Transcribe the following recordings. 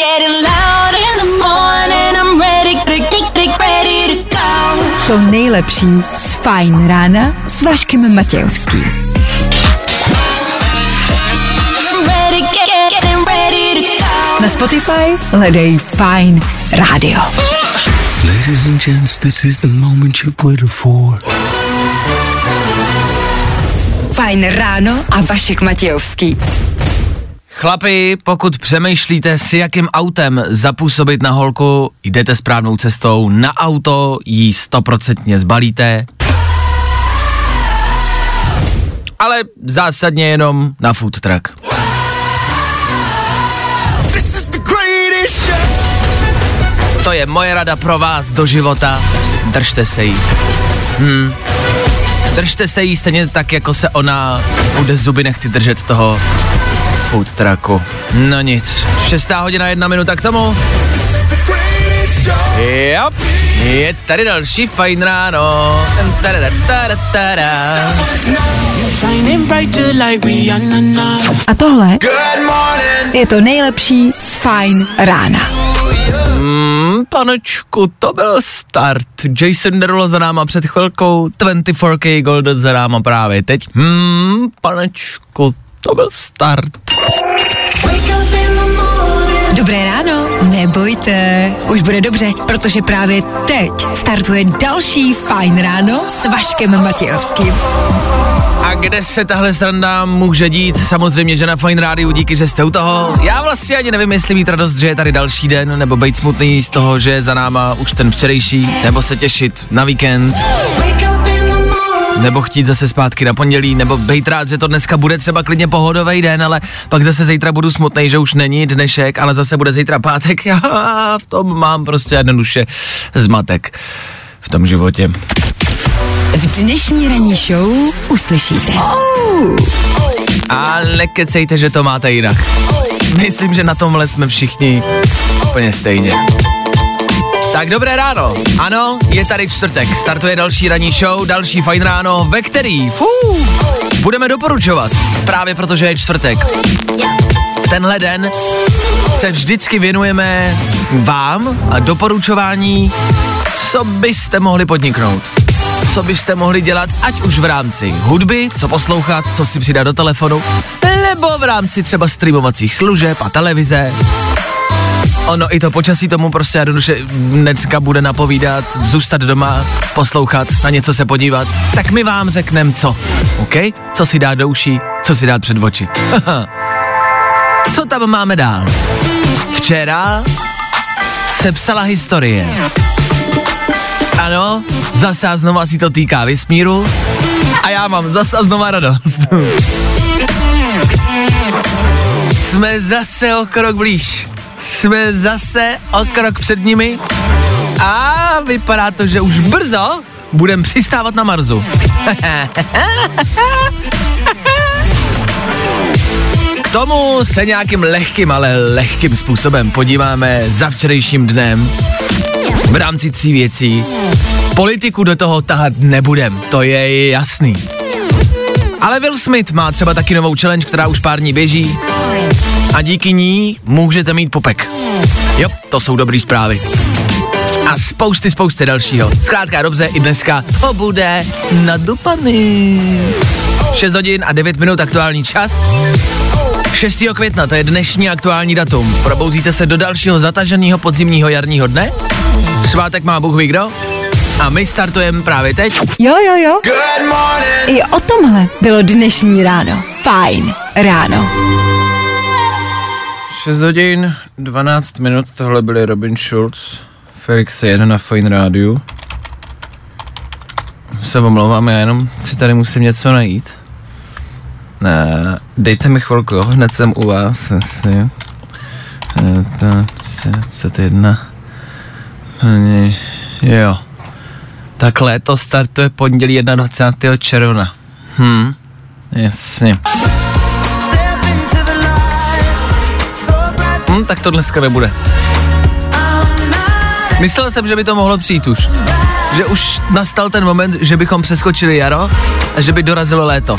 To nejlepší z Fajn rána s Vaškem Matějovským. Na Spotify hledej Fajn rádio. Ladies and gents, this is the moment you've waited for. Fajn ráno a Vašek Matějovský. Chlapi, pokud přemýšlíte si jakým autem zapůsobit na holku, jdete správnou cestou, na auto jí 100% zbalíte, ale zásadně jenom na food truck. To je moje rada pro vás do života, držte se jí. Držte se jí stejně tak, jako se ona bude zuby nechty držet toho food trucku. No nic, 6:01 k tomu. Jop, je tady další Fajn ráno. A tohle je to nejlepší z Fajn rána. Panečku, to byl start. Jason Derulo za náma před chvilkou, 24K Golden za náma právě teď. Panečku, to byl start. Dobré ráno, nebojte, už bude dobře, protože právě teď startuje další Fajn ráno s Vaškem Matějovským. A kde se tahle sranda může dít? Samozřejmě, že na Fajn rádiu, díky, že jste u toho. Já vlastně ani nevím, jestli mít radost, že je tady další den, nebo být smutný z toho, že je za náma už ten včerejší, nebo se těšit na víkend, nebo chtít zase zpátky na pondělí, nebo bejt rád, že to dneska bude třeba klidně pohodový den, ale pak zase zítra budu smutnej, že už není dnešek, ale zase bude zítra pátek. Já v tom mám prostě jednoduše zmatek v tom životě. V dnešní ranní show uslyšíte. A nekecejte, že to máte jinak. Myslím, že na tomhle jsme všichni úplně stejně. Tak dobré ráno. Ano, je tady čtvrtek. Startuje další ranní show, další Fajn ráno, ve který budeme doporučovat. Právě protože je čtvrtek. V tenhle den se vždycky věnujeme vám a doporučování, co byste mohli podniknout. Co byste mohli dělat, ať už v rámci hudby, co poslouchat, co si přidat do telefonu, nebo v rámci třeba streamovacích služeb a televize. Ono i to počasí tomu prostě jednoduše dneska bude napovídat, zůstat doma, poslouchat, na něco se podívat. Tak my vám řekneme co, OK? Co si dát do uší, co si dát před oči. Co tam máme dál? Včera se psala historie. Ano, zase a znova si to týká vesmíru a já mám zase a znova radost. Jsme zase o krok blíž. Jsme zase o krok před nimi a vypadá to, že už brzo budeme přistávat na Marsu. K tomu se nějakým lehkým, ale lehkým způsobem podíváme za včerejším dnem v rámci 3 věcí. Politiku do toho tahat nebudem, to je jasný. Ale Will Smith má třeba taky novou challenge, která už pár dní běží a díky ní můžete mít popek. Jo, to jsou dobrý zprávy. A spousty dalšího. Zkrátka dobře, i dneska to bude nadupaný. 6:09 aktuální čas. 6. května, to je dnešní aktuální datum. Probouzíte se do dalšího zataženého podzimního jarního dne. Svátek má Bůh ví kdo. A my startujeme právě teď. Jo. I o tomhle bylo dnešní ráno. Fajn ráno. 6:12, tohle byli Robin Schulz, Felix 1 na Fajn rádiu. Se omlouvám, já jenom si tady musím něco najít. Dejte mi chvilku, jo, hned jsem u vás, asi. 21. Jo. Takhle to startuje pondělí 21. června. Jasně. Tak to dneska nebude. Myslel jsem, že by to mohlo přijít už. Že už nastal ten moment, že bychom přeskočili jaro a že by dorazilo léto.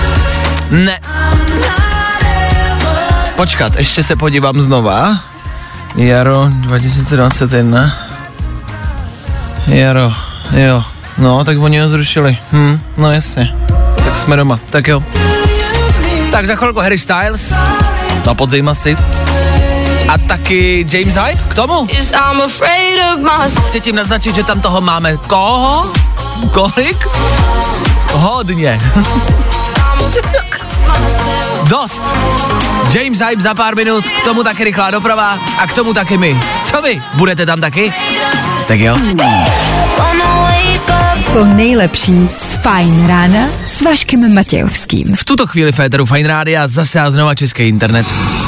Ne. Počkat, ještě se podívám znova. Jaro 2021. Jaro, jo. No, tak oni ho zrušili. No jasně. Tak jsme doma, tak jo. Tak za chvilku Harry Styles, na podzim asi. A taky James Hype k tomu. Chci tím naznačit, že tam toho máme koho? Kolik? Hodně. Dost. James Hype za pár minut, k tomu taky rychlá doprava a k tomu taky my. Co vy? Budete tam taky? Tak jo. To nejlepší z Fajn rána s Vaškem Matějovským. V tuto chvíli féteru Fajn rádia zase a znova český internet.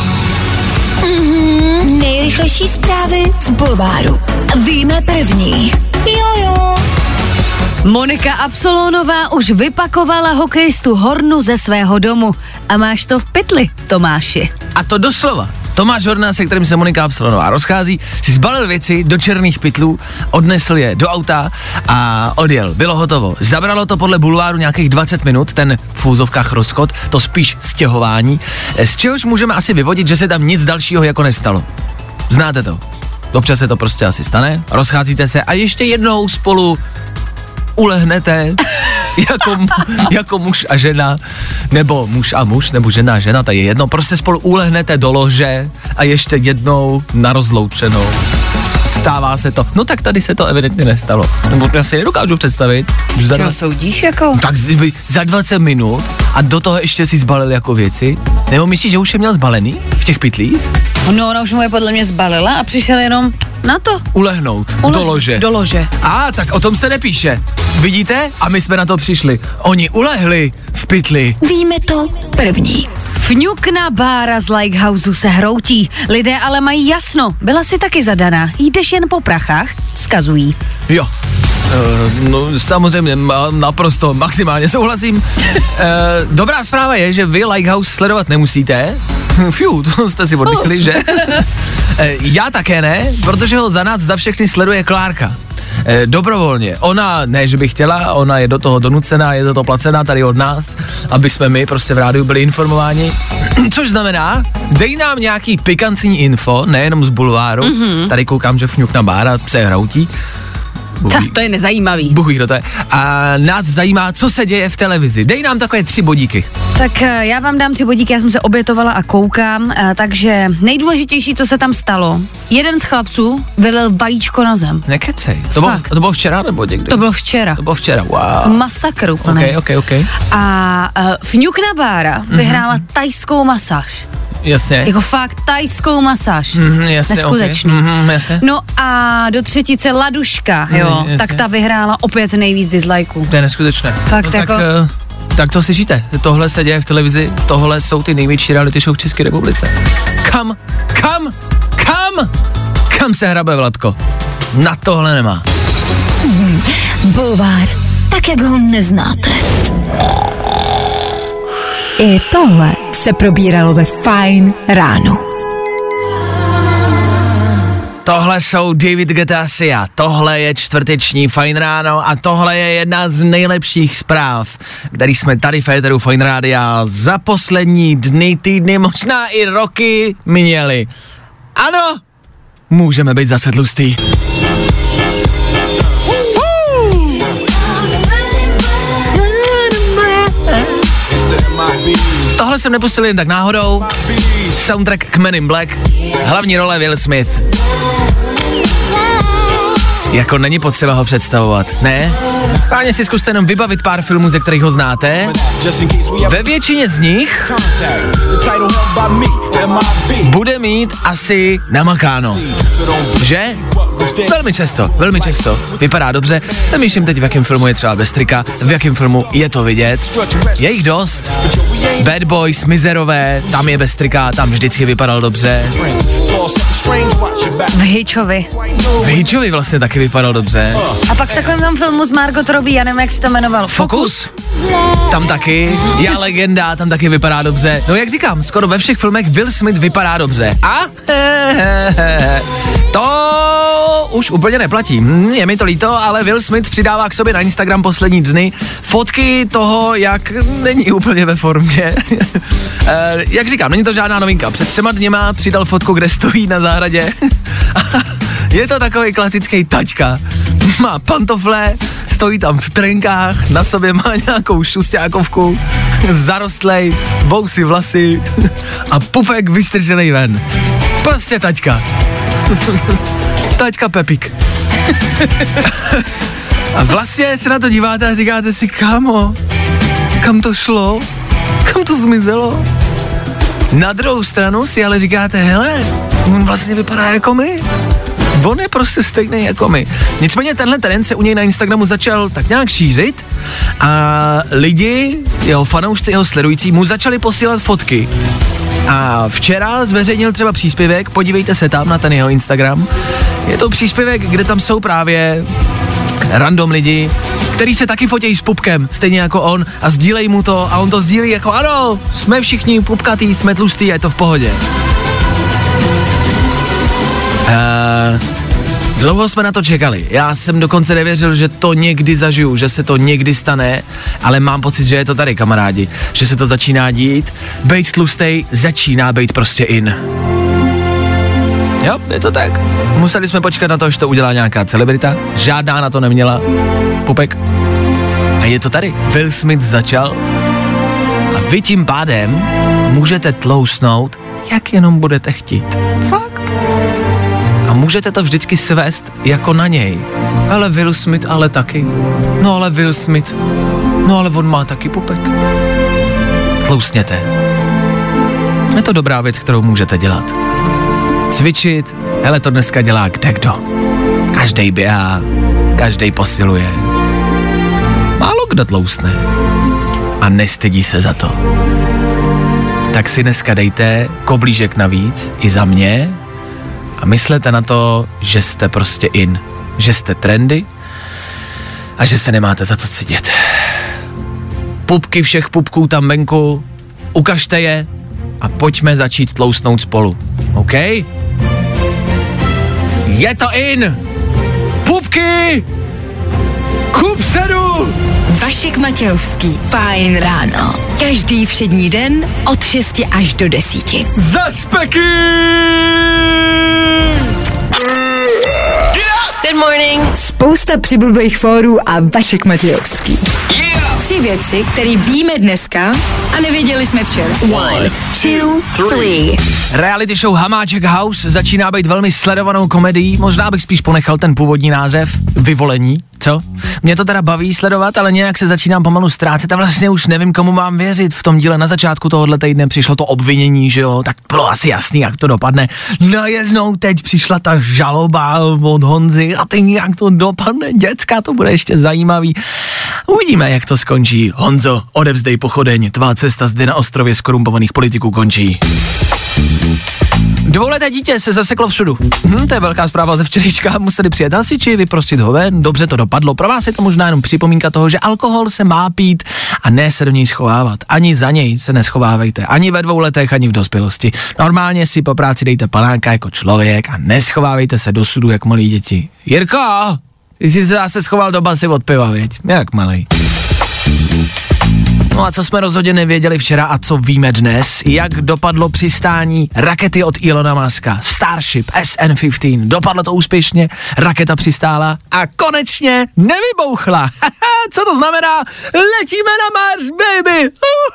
Nejrychlejší zprávy z bulváru. Víme první. Jojo. Monika Absolónová už vypakovala hokejistu Hornu ze svého domu. A máš to v pytli, Tomáši. A to doslova. Tomáš Horna, se kterým se Monika Absolónová rozchází, si zbalil věci do černých pytlů, odnesl je do auta a odjel. Bylo hotovo. Zabralo to podle bulváru nějakých 20 minut, ten v úzovkách rozchod, to spíš stěhování, z čehož můžeme asi vyvodit, že se tam nic dalšího jako nestalo. Znáte to? Občas se to prostě asi stane, rozcházíte se a ještě jednou spolu ulehnete jako muž a žena, nebo muž a muž, nebo žena a žena, to je jedno, prostě spolu ulehnete do lože a ještě jednou na rozloučenou. Stává se to. No tak tady se to evidentně nestalo. Nebo já si nedokážu představit. Čeho soudíš jako? Tak za 20 minut a do toho ještě si zbalil jako věci. Nebo myslíš, že už je měl zbalený v těch pytlích? No, ona už mu je podle mě zbalila a přišel jenom na to. Ulehnout do lože. Do lože. Tak o tom se nepíše. Vidíte? A my jsme na to přišli. Oni ulehli v pytli. Víme to první. Fňukna Bára z Lighthouseu se hroutí. Lidé ale mají jasno. Byla si taky zadaná. Jdeš jen po prachách? Vzkazují. Jo. No samozřejmě, naprosto maximálně souhlasím. Dobrá zpráva je, že vy Lighthouse sledovat nemusíte. Fiu, to jste si oddychli, že? Já také ne, protože ho za nás za všechny sleduje Klárka. Dobrovolně. Ona, ne, že by chtěla, ona je do toho donucená, je to placená tady od nás, aby jsme my prostě v rádiu byli informováni. Což znamená, dej nám nějaký pikantní info, nejenom z bulváru. Tady koukám, že Fňukna Bára se hroutí. To je nezajímavý. Bůh ví, kdo to je. A nás zajímá, co se děje v televizi. Dej nám takové 3 bodíky. Tak já vám dám 3 bodíky, já jsem se obětovala a koukám, takže nejdůležitější, co se tam stalo. Jeden z chlapců vylil vajíčko na zem. Nekecej. To bylo včera nebo někdy? To bylo včera. To bylo včera, wow. Masakr úplně. Ok. A Fňukna Bára vyhrála tajskou masáž. Jasně. Jako fakt tajskou masáž. Jasně, neskutečný. Okay. Jasně. No a do třetice Laduška, jo, tak ta vyhrála opět nejvíc dislikeů. To je neskutečné. Fakt no, jako... Tak to slyšíte, tohle se děje v televizi, tohle jsou ty největší reality show v České republice. Kam se hrabe Vladko? Na tohle nemá. Bulvár, tak jak ho neznáte. I tohle se probíralo ve Fajn ráno. Tohle jsou David Guetta a Sia, tohle je čtvrteční Fajn ráno a tohle je jedna z nejlepších zpráv, který jsme tady v éteru Fajn rádia za poslední dny, týdny, možná i roky měli. Ano, můžeme být zase tlustý. Tohle jsem nepustil jen tak náhodou. Soundtrack k Men in Black. Hlavní role Will Smith. Jako není potřeba ho představovat, ne? Schválně si zkuste jenom vybavit pár filmů, ze kterých ho znáte. Ve většině z nich bude mít asi namakáno. Že? Velmi často. Vypadá dobře. Přemýšlím teď, v jakém filmu je třeba bez trika, v jakém filmu je to vidět. Je jich dost. Bad Boys, Mizerové, tam je bez trika, tam vždycky vypadal dobře. V Hitchovi vlastně taky vypadal dobře. A pak v takovém tam filmu s Margot Robbie, já nevím, jak se to jmenoval. Focus. Tam taky. Já legenda, tam taky vypadá dobře. No jak říkám, skoro ve všech filmech Will Smith vypadá dobře. A to to už úplně neplatí. Je mi to líto, ale Will Smith přidává k sobě na Instagram poslední dny fotky toho, jak není úplně ve formě. Jak říkám, není to žádná novinka. Před 3 dněma přidal fotku, kde stojí na zahradě. Je to takový klasický taťka. Má pantofle, stojí tam v trenkách, na sobě má nějakou šusťákovku, zarostlej, vousy, vlasy a pupek vystržený ven. Prostě taťka. Taťka Pepik. A vlastně se na to díváte a říkáte si, kámo, kam to šlo? Kam to zmizelo? Na druhou stranu si ale říkáte, hele, on vlastně vypadá jako my. On je prostě stejný jako my. Nicméně tenhle trend se u něj na Instagramu začal tak nějak šířit a lidi, jeho fanoušci, jeho sledující mu začali posílat fotky. A včera zveřejnil třeba příspěvek, podívejte se tam na ten jeho Instagram. Je to příspěvek, kde tam jsou právě random lidi, který se taky fotí s pupkem, stejně jako on, a sdílej mu to a on to sdílí jako ano, jsme všichni pupkatý, jsme tlustý a je to v pohodě. Dlouho jsme na to čekali. Já jsem dokonce nevěřil, že to někdy zažiju, že se to někdy stane, ale mám pocit, že je to tady, kamarádi, že se to začíná dít. Bejt tlustej začíná být prostě in. Jo, je to tak. Museli jsme počkat na to, až to udělá nějaká celebrita. Žádná na to neměla. Pupek. A je to tady. Will Smith začal. A vy tím pádem můžete tlousnout, jak jenom budete chtít. Fakt. A můžete to vždycky svést jako na něj. Ale Will Smith ale taky. No ale Will Smith. No ale on má taky pupek. Tlousněte. Je to dobrá věc, kterou můžete dělat. Cvičit, hele, to dneska dělá kdekdo. Každej běhá, každej posiluje. Málo kdo tlousne. A nestydí se za to. Tak si dneska dejte koblížek navíc i za mě a myslete na to, že jste prostě in, že jste trendy a že se nemáte za co stydět. Pupky všech pupků tam venku, ukažte je a pojďme začít tlousnout spolu, OK? Je to in! Pupky! Kupsedu! Vašek Matějovský, Fajn ráno. Každý všední den od 6 až do 10. Za špeky! Good morning. Spousta přibulbých fórů a Vašek Matějovský. 3 věci, které víme dneska a nevěděli jsme včera. 1, 2, 3. Reality show Hamáček House začíná být velmi sledovanou komedií. Možná bych spíš ponechal ten původní název Vyvolení, co? Mě to teda baví sledovat, ale nějak se začínám pomalu ztrácet a vlastně už nevím, komu mám věřit. V tom díle na začátku tohohle týdne přišlo to obvinění, že jo, tak bylo asi jasný, jak to dopadne. Najednou teď přišla ta žaloba od Honzy a teď jak to dopadne, děcka, to bude ještě zajímavý. Uvidíme, jak to skončí. Honzo, odevzdej pochodeň, tvá cesta zde na ostrově skorumpovaných politiků končí. 2leté dítě se zaseklo všudu. To je velká zpráva ze včerejška. Museli přijet hasiči, vyprostit ho ven, dobře to dopadlo. Pro vás je to možná jenom připomínka toho, že alkohol se má pít a ne se do něj schovávat. Ani za něj se neschovávejte, ani ve 2 letech, ani v dospělosti. Normálně si po práci dejte panáka jako člověk a neschovávejte se do sudu jak malí děti. Jirko, ty jsi se zase schoval do basy od piva, věď? Jak malej. No a co jsme rozhodně nevěděli včera a co víme dnes, jak dopadlo přistání rakety od Elona Muska, Starship SN-15. Dopadlo to úspěšně, raketa přistála a konečně nevybouchla. Co to znamená? Letíme na Mars, baby!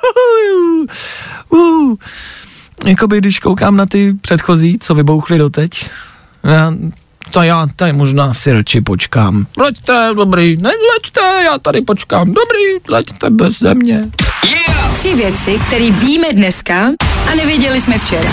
Jakoby když koukám na ty předchozí, co vybouchly doteď, já tady možná si radši počkám. Leďte, dobrý, neleďte, já tady počkám, dobrý, leďte bez země. 3 věci, které víme dneska a nevěděli jsme včera.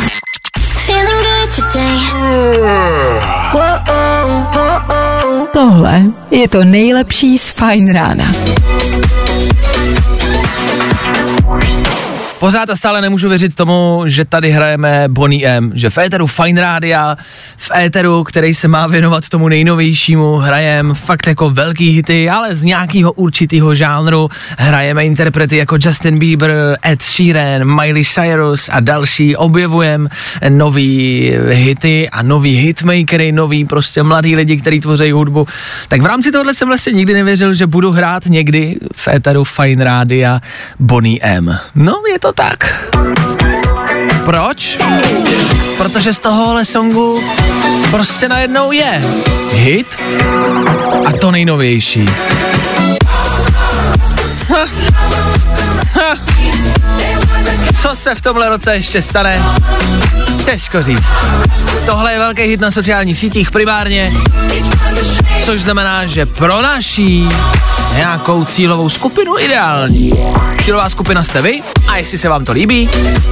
Tohle je to nejlepší z Fajn rána. Pořád a stále nemůžu věřit tomu, že tady hrajeme Boney M, že v éteru Fine Rádia, v éteru, který se má věnovat tomu nejnovějšímu, hrajeme fakt jako velký hity, ale z nějakého určitého žánru hrajeme interprety jako Justin Bieber, Ed Sheeran, Miley Cyrus a další, objevujeme nový hity a nový hitmakery, nový prostě mladý lidi, kteří tvoří hudbu. Tak v rámci tohohle jsem vlastně nikdy nevěřil, že budu hrát někdy v éteru Fine Rádia Boney M. No, je to tak. Proč? Protože z tohohle songu prostě najednou je hit a to nejnovější. Co se v tomhle roce ještě stane? Těžko říct. Tohle je velký hit na sociálních sítích primárně, což znamená, že pro naší nějakou cílovou skupinu ideální. Cílová skupina jste vy a jestli se vám to líbí,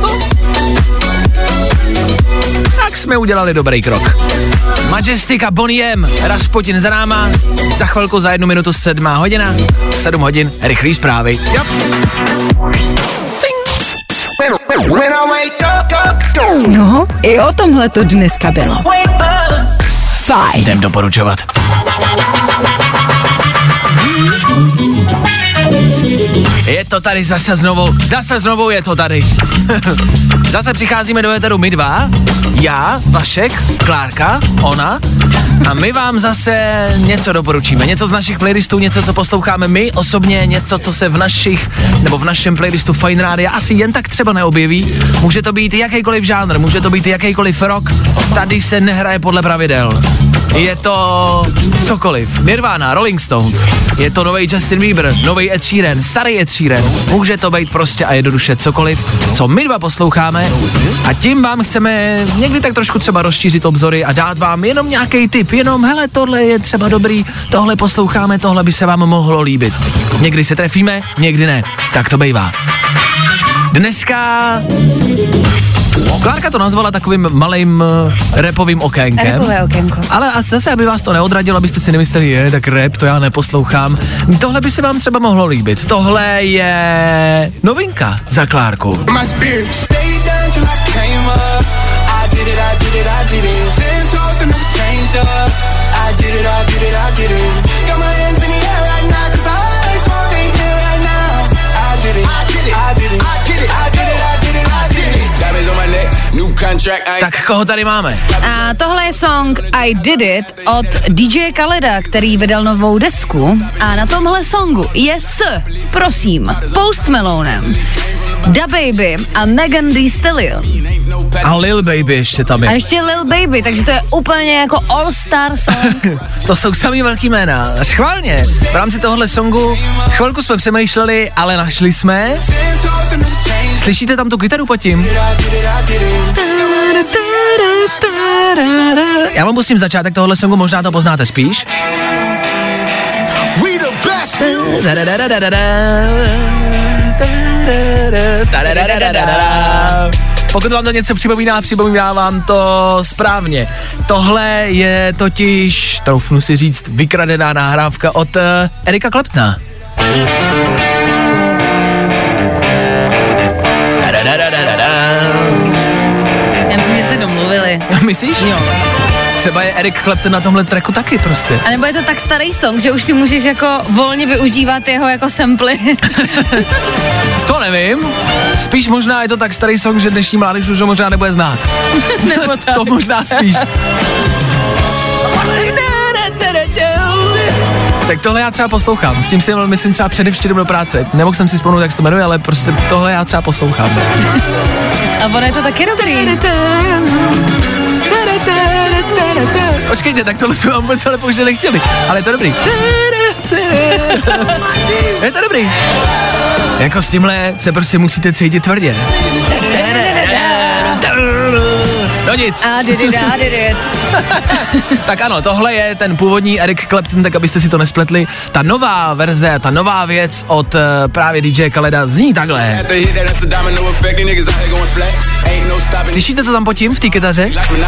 tak jsme udělali dobrý krok. Majestic a Boney M, Rasputin za náma, za chvilku za 1 minutu 7 hodina, 7 hodin, rychlý zprávy. Yep. No, i o tomhle to dneska bylo. Fajn. Jdem doporučovat. Je to tady zase znovu je to tady. Zase přicházíme do éteru my dva, já, Vašek, Klárka, ona a my vám zase něco doporučíme, něco z našich playlistů, něco, co posloucháme my osobně, něco, co se v našem playlistu Fine Rádia asi jen tak třeba neobjeví. Může to být jakýkoliv žánr, může to být jakýkoliv rock, tady se nehraje podle pravidel. Je to cokoliv. Nirvana, Rolling Stones, je to nový Justin Bieber, nový Ed Sheeran, starý Ed Sheeran. Může to být prostě a jednoduše cokoliv, co my dva posloucháme a tím vám chceme někdy tak trošku třeba rozšířit obzory a dát vám jenom nějaký tip, jenom hele, tohle je třeba dobrý, tohle posloucháme, tohle by se vám mohlo líbit. Někdy se trefíme, někdy ne, tak to bývá. Dneska Klárka to nazvala takovým malým rapovým okénkem. Rapové okénko. Ale a zase, aby vás to neodradilo, abyste si nemysleli, tak rap, to já neposlouchám. Tohle by se vám třeba mohlo líbit. Tohle je novinka za Klárku. Tak koho tady máme? A tohle je song I Did It od DJ Khaleda, který vydal novou desku a na tomhle songu je prosím, Post Malonem, DaBaby a Megan Thee Stallion. A Lil Baby ještě tam je. A ještě Lil Baby, takže to je úplně jako all-star song. To jsou samý velký jména. Schválně, v rámci tohohle songu chvilku jsme přemýšleli, ale našli jsme. Slyšíte tam tu kytaru pod tím? Já vám pustím začátek tohohle songu, možná to poznáte spíš. Pokud vám to něco připomíná vám to správně. Tohle je totiž, troufnu si říct, vykradená nahrávka od Erika Claptona. Já myslím, že se domluvili. Myslíš? Jo. Třeba je Eric Clapton na tomhle tracku taky prostě. A nebo je to tak starý song, že už si můžeš jako volně využívat jeho jako samply. To nevím. Spíš možná je to tak starý song, že dnešní mládež už ho možná nebude znát. Nebo tak. To možná spíš. Tak tohle já třeba poslouchám. S tím si myslím třeba předevčírem do práce. Nemohl jsem si vzpomenout, jak se to jmenuje, ale prostě tohle já třeba poslouchám. A ono je to taky dobrý. Počkejte, tak tohle jsme vám vůbec ale použít nechtěli. Ale je to dobrý. Je to dobrý. Jako s tímhle se prostě musíte cítit tvrdě. No No nic. A did it. Tak ano, tohle je ten původní Eric Clapton, tak abyste si to nespletli. Ta nová verze, ta nová věc od právě DJ Khaleda zní takhle. Slyšíte to tam pod tím v té kytaře?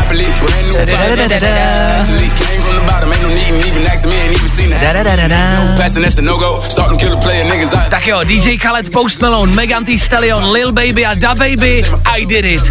Tak jo, DJ Khaled, Post Malone, Megan Thee Stallion, Lil Baby a Da Baby, I Did It.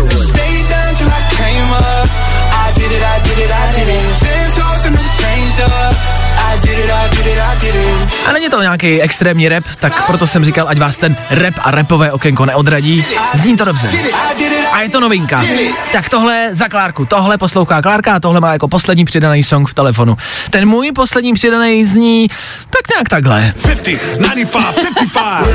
A není to nějaký extrémní rap, tak proto jsem říkal, ať vás ten rap a rapové okénko neodradí. Zní to dobře. A je to novinka. Tak tohle za Klárku, tohle poslouchá Klárka a tohle má jako poslední přidaný song v telefonu. Ten můj poslední přidaný zní tak nějak takhle. 50, 95, 55.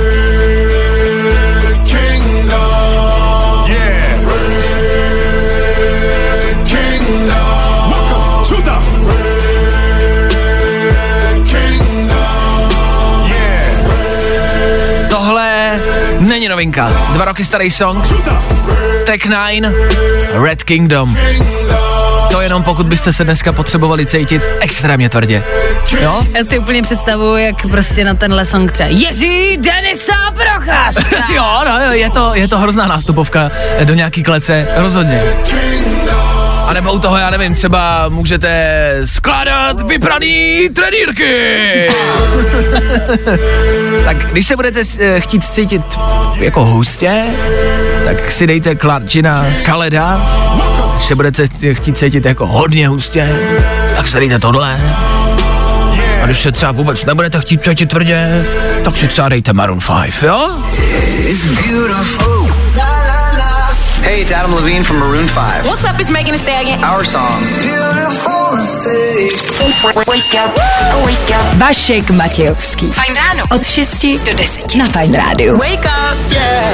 Není novinka, 2 roky starý song, Tech 9, Red Kingdom. To jenom pokud byste se dneska potřebovali cítit extrémně tvrdě. Jo? Já si úplně představuji, jak prostě na tenhle song třeba Jiří Denisa Procházka. Jo, no, je to hrozná nástupovka do nějaký klece, rozhodně. A nebo u toho, já nevím, třeba můžete skládat vypraný trenýrky. Tak když se budete chtít cítit jako hustě, tak si dejte Klárčina Khaleda. Když se budete chtít cítit jako hodně hustě, tak si dejte tohle. A když se třeba vůbec nebudete chtít cítit tvrdě, tak si třeba dejte Maroon 5, jo? Hey, it's Adam Levine from Maroon 5. What's up, it's Megan Thee Stallion. Our song. Vašek Matějovský. Fajn ráno. Od 6 do 10 na Fajn rádiu. Wake up.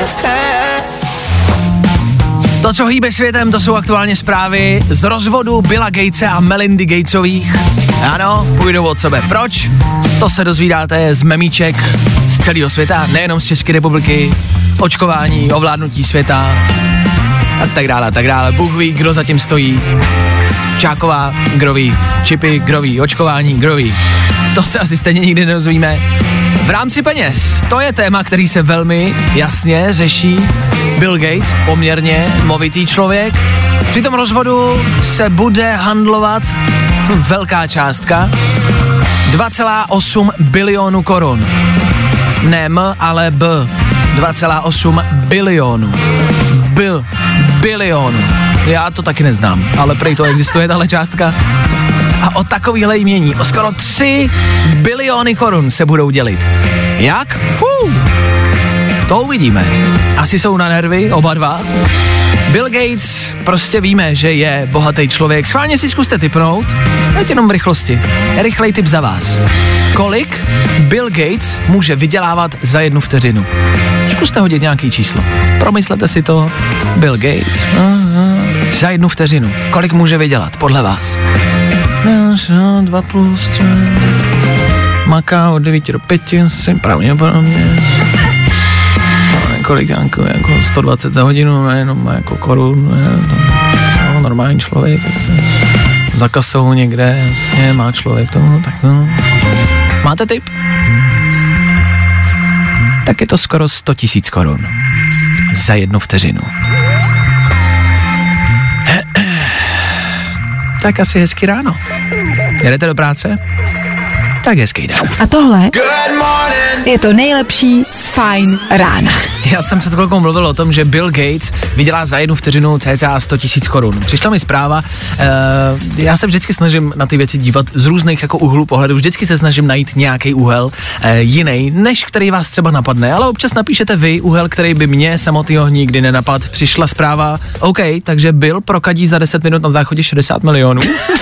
To, co hýbe světem, to jsou aktuálně zprávy z rozvodu Billa Gatese a Melindy Gatesových. Ano, půjdou od sebe. Proč? To se dozvídáte z memíček z celého světa, nejenom z České republiky, očkování, ovládnutí světa a tak dále. Bůh ví, kdo zatím stojí. Čáková, groví, čipy, groví, očkování, groví. To se asi stejně nikdy nedozvíme. V rámci peněz, to je téma, který se velmi jasně řeší. Bill Gates, poměrně movitý člověk. Při tom rozvodu se bude handlovat velká částka. 2,8 bilionu korun. Ne M, ale B. 2,8 bilionu. Bilionu. Já to taky neznám, ale prej to existuje, tahle částka. A o takovýhle jmění, o skoro 3 biliony korun se budou dělit. Jak? To uvidíme. Asi jsou na nervy, oba dva. Bill Gates, prostě víme, že je bohatý člověk. Schválně si zkuste tipnout, ať jenom v rychlosti. Rychlej tip za vás. Kolik Bill Gates může vydělávat za 1 vteřinu? Zkuste hodit nějaký číslo. Promyslete si to. Bill Gates. Za 1 vteřinu. Kolik může vydělat, podle vás? 2 plus 3. Maká od 9 do 5, asi pravděpodobně. Kolik jako 120 za hodinu, nejenom jako korun, to normální člověk asi. Za kasou někde, jasně, má člověk tomu, tak no. Máte tip? Tak je to skoro 100 000 korun. Za 1 vteřinu. Tak asi hezký ráno. Jedete do práce? Tak hezký den. A tohle je to nejlepší z Fajn rána. Já jsem před chvilkou mluvil o tom, že Bill Gates vydělá za 1 vteřinu cca 100 000 korun. Přišla mi zpráva, já se vždycky snažím na ty věci dívat z různých jako úhlů pohledu, vždycky se snažím najít nějaký úhel jiný, než který vás třeba napadne, ale občas napíšete vy úhel, který by mě samotného nikdy nenapadl. Přišla zpráva, OK, takže Bill prokadí za 10 minut na záchodě 60 milionů.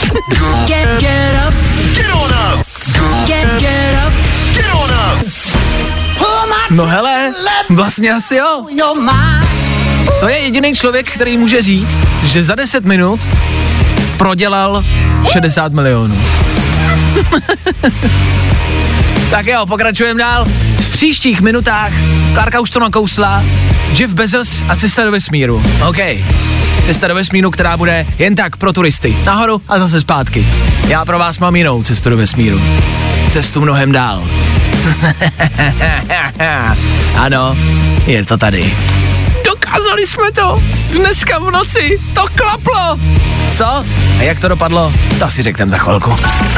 No hele, vlastně asi jo. To je jediný člověk, který může říct, že za 10 minut prodělal 60 milionů. Tak jo, pokračujeme dál. V příštích minutách, Klárka už to nakousla, Jeff Bezos a cesta do vesmíru. OK. Cesta do vesmíru, která bude jen tak pro turisty. Nahoru a zase zpátky. Já pro vás mám jinou cestu do vesmíru. Cestu mnohem dál. Ano, je to tady. Dokázali jsme to. Dneska v noci to klaplo. Co? A jak to dopadlo? To si řekneme za chvilku.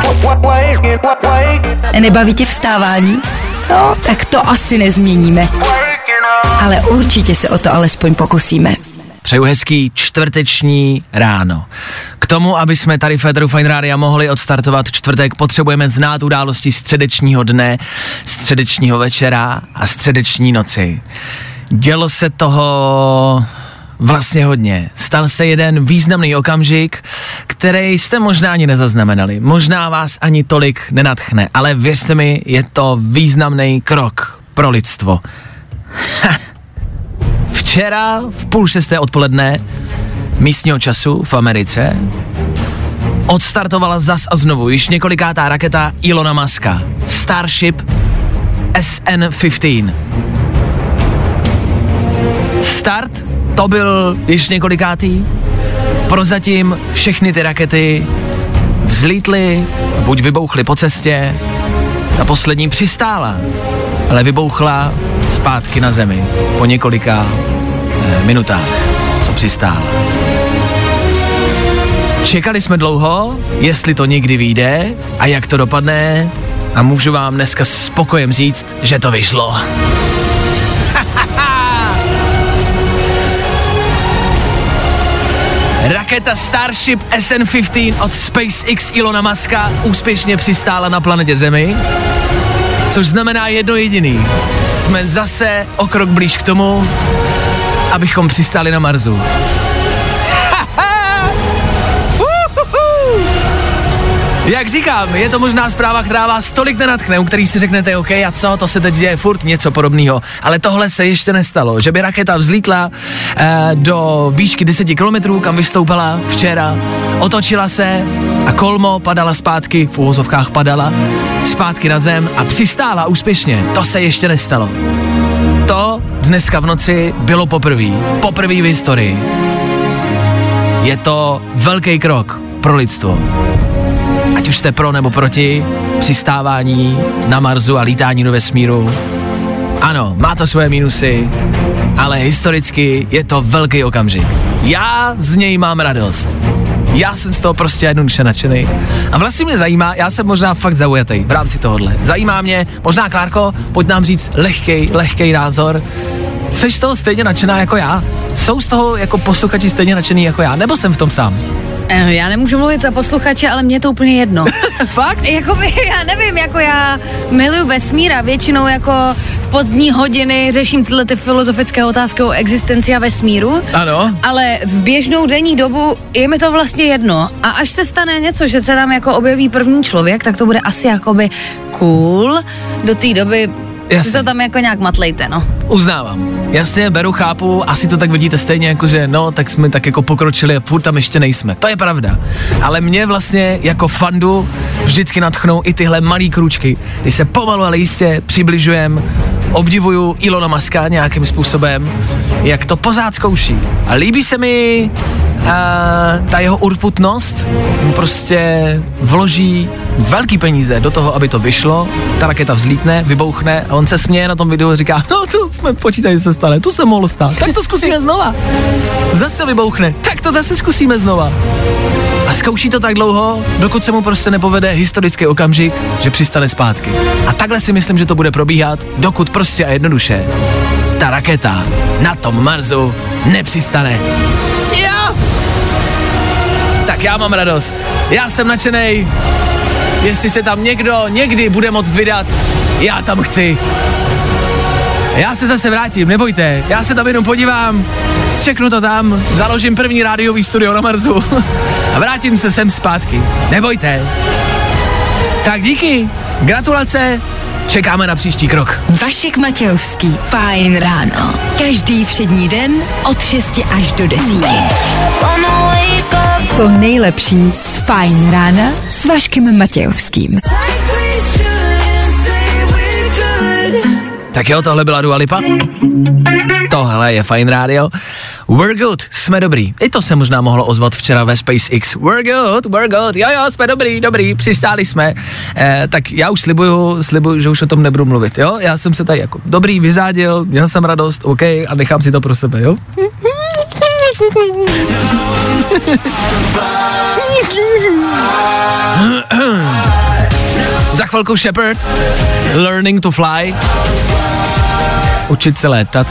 Nebaví tě vstávání? No, tak to asi nezměníme. Ale určitě se o to alespoň pokusíme. Přeju hezký čtvrteční ráno. K tomu, aby jsme tady v Féteru Fajn Rádia mohli odstartovat čtvrtek, potřebujeme znát události středečního dne, středečního večera a středeční noci. Dělo se toho vlastně hodně. Stal se jeden významný okamžik, který jste možná ani nezaznamenali. Možná vás ani tolik nenadchne, ale věřte mi, je to významný krok pro lidstvo. Včera v 5:30 odpoledne místního času v Americe odstartovala zas a znovu již několikátá raketa Elona Muska. Starship SN-15. Start to byl již několikátý. Prozatím všechny ty rakety vzlítly, buď vybouchly po cestě, ta poslední přistála, ale vybouchla zpátky na zemi po několika minutách, co přistála. Čekali jsme dlouho, jestli to někdy vyjde a jak to dopadne, a můžu vám dneska s pokojem říct, že to vyšlo. Raketa Starship SN-15 od SpaceX Elona Muska úspěšně přistála na planetě Zemi, což znamená jedno jediný. Jsme zase o krok blíž k tomu, abychom přistáli na Marsu. Jak říkám, je to možná zpráva, která vás tolik nenadchne, u který si řeknete, OK, a co, to se teď děje furt něco podobného. Ale tohle se ještě nestalo, že by raketa vzlítla do výšky 10 kilometrů, kam vystoupala včera, otočila se a kolmo padala zpátky, v uvozovkách padala, zpátky na zem a přistála úspěšně. To se ještě nestalo. To dneska v noci bylo poprvé v historii. Je to velký krok pro lidstvo. Ať už jste pro nebo proti přistávání na Marsu a lítání do vesmíru. Ano, má to svoje mínusy, ale historicky je to velký okamžik. Já z něj mám radost. Já jsem z toho prostě jednoduše nadšený. A vlastně mě zajímá, já jsem možná fakt zaujatý v rámci tohohle. Zajímá mě, možná Klárko, pojď nám říct lehkej názor. Seš z toho stejně nadšená jako já? Jsou z toho jako posluchači stejně nadšený jako já? Nebo jsem v tom sám? Já nemůžu mluvit za posluchače, ale mě je to úplně jedno. Fakt? Jakoby, já nevím, jako já miluju vesmír a většinou jako v pozdní hodiny řeším tyhle ty filozofické otázky o existenci a vesmíru. Ano. Ale v běžnou denní dobu je mi to vlastně jedno. A až se stane něco, že se tam jako objeví první člověk, tak to bude asi jakoby cool. Do té doby si to tam jako nějak matlejte, no. Uznávám. Jasně, beru, chápu, asi to tak vidíte stejně, jakože no, tak jsme tak jako pokročili a furt tam ještě nejsme. To je pravda. Ale mě vlastně jako fandu vždycky nadchnou i tyhle malý krůčky, když se pomalu, ale jistě přibližujem, obdivuju Elona Muska nějakým způsobem, jak to pořád zkouší. A líbí se mi ta jeho urputnost, prostě vloží velký peníze do toho, aby to vyšlo, ta raketa vzlítne, vybouchne a on se směje na tom videu a říká, no to jsme počítali, že se stane, to se mohlo stát, tak to zkusíme znova. Zase to vybouchne, tak to zase zkusíme znova. A zkouší to tak dlouho, dokud se mu prostě nepovede historický okamžik, že přistane zpátky. A takhle si myslím, že to bude probíhat, dokud prostě a jednoduše ta raketa na tom Marsu nepřistane. Jo! Tak já mám radost. Já jsem nadšenej. Jestli se tam někdo někdy bude moct vydat, já tam chci. Já se zase vrátím, nebojte. Já se tam jenom podívám, zčeknu to tam, založím první rádiový studio na Marsu a vrátím se sem zpátky. Nebojte. Tak díky, gratulace, čekáme na příští krok. Vašek Matějovský, Fajn ráno. Každý všední den od 6 až do 10. To nejlepší z Fajn rána s Vaškem Matějovským. Tak jo, tohle byla Dua Lipa. Tohle je Fajn rádio. We're good, jsme dobrý. I to se možná mohlo ozvat včera ve SpaceX. We're good, jo, jsme dobrý, přistáli jsme. Tak já už slibuju, že už o tom nebudu mluvit, jo? Já jsem se tady jako dobrý vyzádil, měl jsem radost, OK, a nechám si to pro sebe, jo? Za chvilku Shepard, Learning to Fly, učit se létat.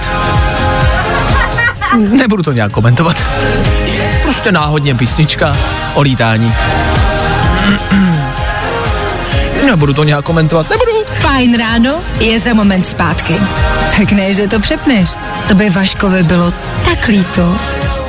Nebudu to nějak komentovat. Prostě náhodně písnička o lítání. Nebudu to nějak komentovat, nebudu. Fajn ráno je za moment zpátky. Tak ne, že to přepneš. To by Vaškovi bylo tak líto.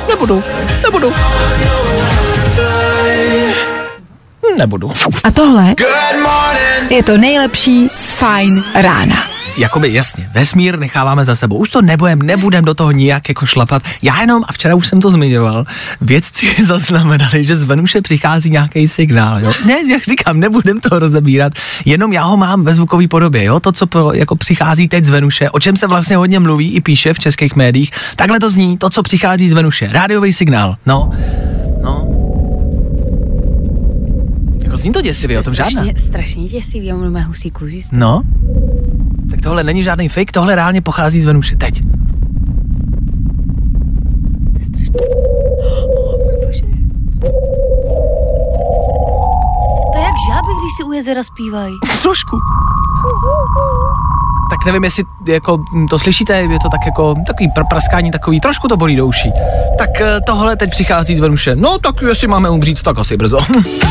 Nebudu. A tohle je to nejlepší z Fajn rána. Jakoby jasně, vesmír necháváme za sebou. Už to nebudem do toho nijak jako šlapat. Já jenom, a včera už jsem to zmiňoval, vědci zaznamenali, že z Venuše přichází nějaký signál, jo. Ne, jak říkám, nebudem to rozebírat, jenom já ho mám ve zvukové podobě, jo. To, co jako přichází teď z Venuše, o čem se vlastně hodně mluví i píše v českých médiích, takhle to zní, to, co přichází z Venuše, rádiový signál, no. Jako zní to děsivě, o tom žádná. Strašně děsivě, on má husí kůži. No. Tak tohle není žádný fake, tohle reálně pochází z Venuše. Teď. To je jak žáby, když si u jezera zpívají. Trošku. Tak nevím, jestli jako to slyšíte, je to tak jako takový praskání, takový, trošku to bolí do uší. Tak tohle teď přichází z Venuše. No tak jestli máme umřít, tak asi brzo.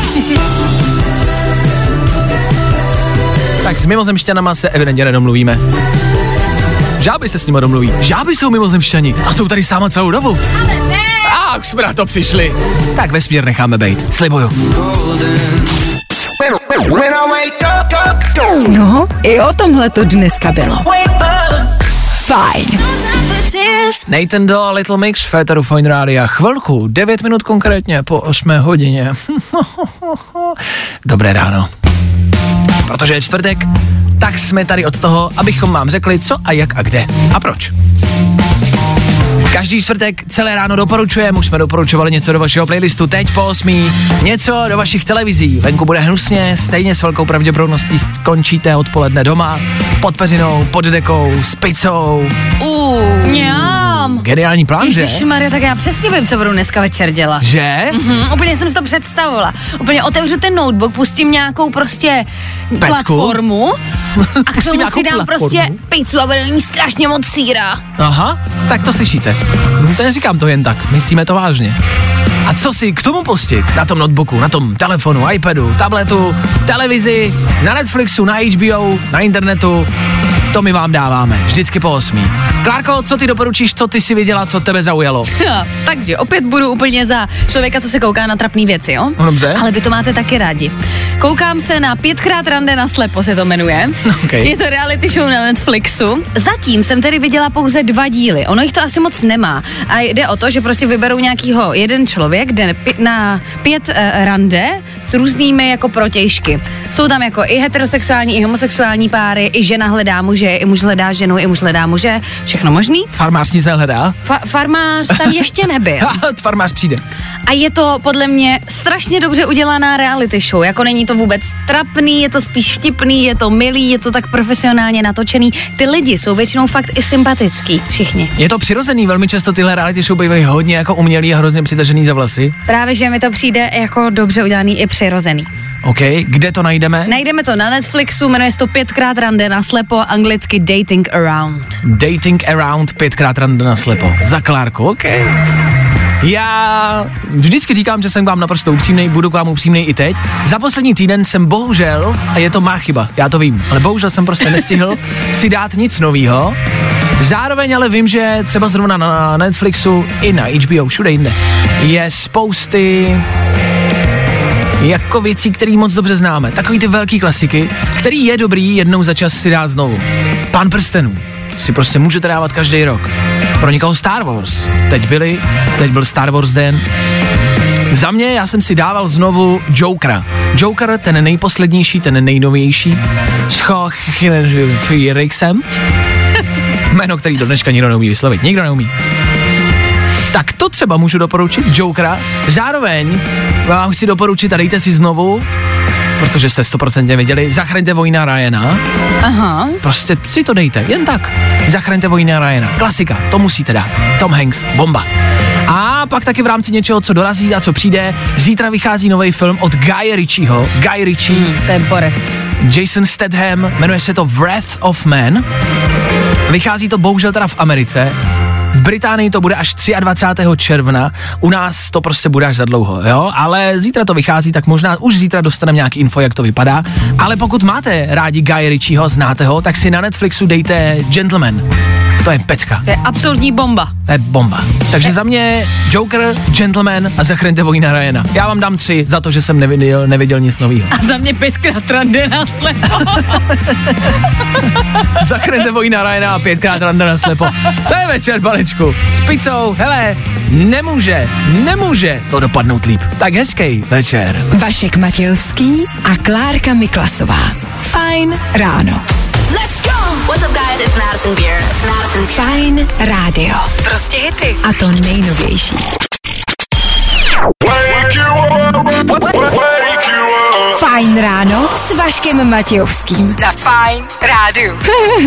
Tak s mimozemšťanama se evidentně nedomluvíme. Žáby se s nimi domluví. Žáby jsou mimozemšťani a jsou tady sáma celou dobu. Ale ne! A už jsme na to přišli. Tak vesmír necháme bejt. Slibuju. No, i o tomhle to dneska bylo. Fajn. Nathan Doe, Little Mix, Féteru Fajn rádia. Chvilku, 9 minut konkrétně po 8 hodině. Dobré ráno. Protože je čtvrtek, tak jsme tady od toho, abychom vám řekli, co a jak a kde a proč. Každý čtvrtek celé ráno doporučujeme, už jsme doporučovali něco do vašeho playlistu, teď po 8, něco do vašich televizí. Venku bude hnusně, stejně s velkou pravděpodobností skončíte odpoledne doma, pod peřinou, pod dekou, s pizzou. Mňam. Geniální plán, že? Ježišmarja, tak já přesně vím, co budu dneska večer dělat. Že? Úplně jsem si to představovala. Úplně otevřu ten notebook, pustím nějakou prostě platformu a k tomu si dám prostě pizzu a bude ní strašně moc sýra. Aha, tak to slyšíte. To neříkám to jen tak, myslíme to vážně. A co si k tomu pustit? Na tom notebooku, na tom telefonu, iPadu, tabletu, televizi, na Netflixu, na HBO, na internetu, to my vám dáváme, vždycky po 8. Klárko, co ty doporučíš, co ty si viděla, co tebe zaujalo? Takže opět budu úplně za člověka, co se kouká na trapný věci, jo? Dobře. Ale vy to máte taky rádi. Koukám se na 5x rande na slepo, se to jmenuje. Okay. Je to reality show na Netflixu. Zatím jsem tedy viděla pouze 2 díly. Ono jich to asi moc nemá. A jde o to, že prostě vyberou nějakýho jeden člověk, jde na 5 rande s různými jako protějšky. Jsou tam jako i heterosexuální, i homosexuální páry, i žena hledá muže, i muž hledá ženu, i muž hledá muže. Všechno možný. Farmář nic nehledá? Farmář tam ještě nebyl. Farmář přijde. A je to podle mě strašně dobře udělaná reality show. Jako není to vůbec trapný, je to spíš vtipný, je to milý, je to tak profesionálně natočený. Ty lidi jsou většinou fakt i sympatický, všichni. Je to přirozený, velmi často tyhle reality show bývají hodně jako umělý a hrozně přitažený za vlasy. Právě, že mi to přijde jako dobře udělaný i přirozený. OK, kde to najdeme? Najdeme to na Netflixu, jmenuje se to 5x rande na slepo, anglicky Dating Around. Dating Around, 5x rande na slepo. Za Klárku, OK. Já vždycky říkám, že jsem k vám naprosto upřímnej, budu k vám upřímnej i teď. Za poslední týden jsem bohužel, a je to má chyba, já to vím, ale bohužel jsem prostě nestihl si dát nic novýho. Zároveň ale vím, že třeba zrovna na Netflixu i na HBO, všude jinde, je spousty jako věcí, které moc dobře známe. Takový ty velký klasiky, který je dobrý jednou za čas si dát znovu. Pán prstenů, to si prostě můžete dávat každý rok. Pro někoho Star Wars. Teď byl Star Wars den. Za mě, já jsem si dával znovu Jokera. Joker, ten nejposlednější, ten nejnovější. S Phoenixem. Jméno, který do dneška nikdo neumí vyslovit. Nikdo neumí. Tak to třeba můžu doporučit, Jokera. Zároveň vám chci doporučit a dejte si znovu, protože jste 100% viděli, Zachraňte vojína Ryana. Aha. Prostě si to dejte, jen tak. Zachraňte vojína Ryana. Klasika, to musíte dát. Tom Hanks, bomba. A pak taky v rámci něčeho, co dorazí a co přijde, zítra vychází nový film od Guye Ritchieho. Guy Ritchie. To je borec. Jason Statham, jmenuje se to Wrath of Man. Vychází to bohužel teda v Americe. V Británii to bude až 23. června, u nás to prostě bude až za dlouho, jo? Ale zítra to vychází, tak možná už zítra dostaneme nějaký info, jak to vypadá. Ale pokud máte rádi Guye Ritchieho, znáte ho, tak si na Netflixu dejte Gentleman. To je pecka. To je absolutní bomba. To je bomba. Takže za mě Joker, Gentleman a Zachraňte vojína Ryana. Já vám dám 3 za to, že jsem neviděl nic nového. A za mě 5krát rande na slepo. Zachraňte vojína Ryana a 5krát rande na slepo. To je večer, balečku. S pizzou, hele, nemůže to dopadnout líp. Tak hezký večer. Vašek Matějovský a Klárka Miklasová. Fajn ráno. Let's go! What's up, guys? It's Madison Beer. Fajn rádio. Prostě hity. A to nejnovější. Fajn ráno s Vaškem Matějovským. Na Fajn rádiu.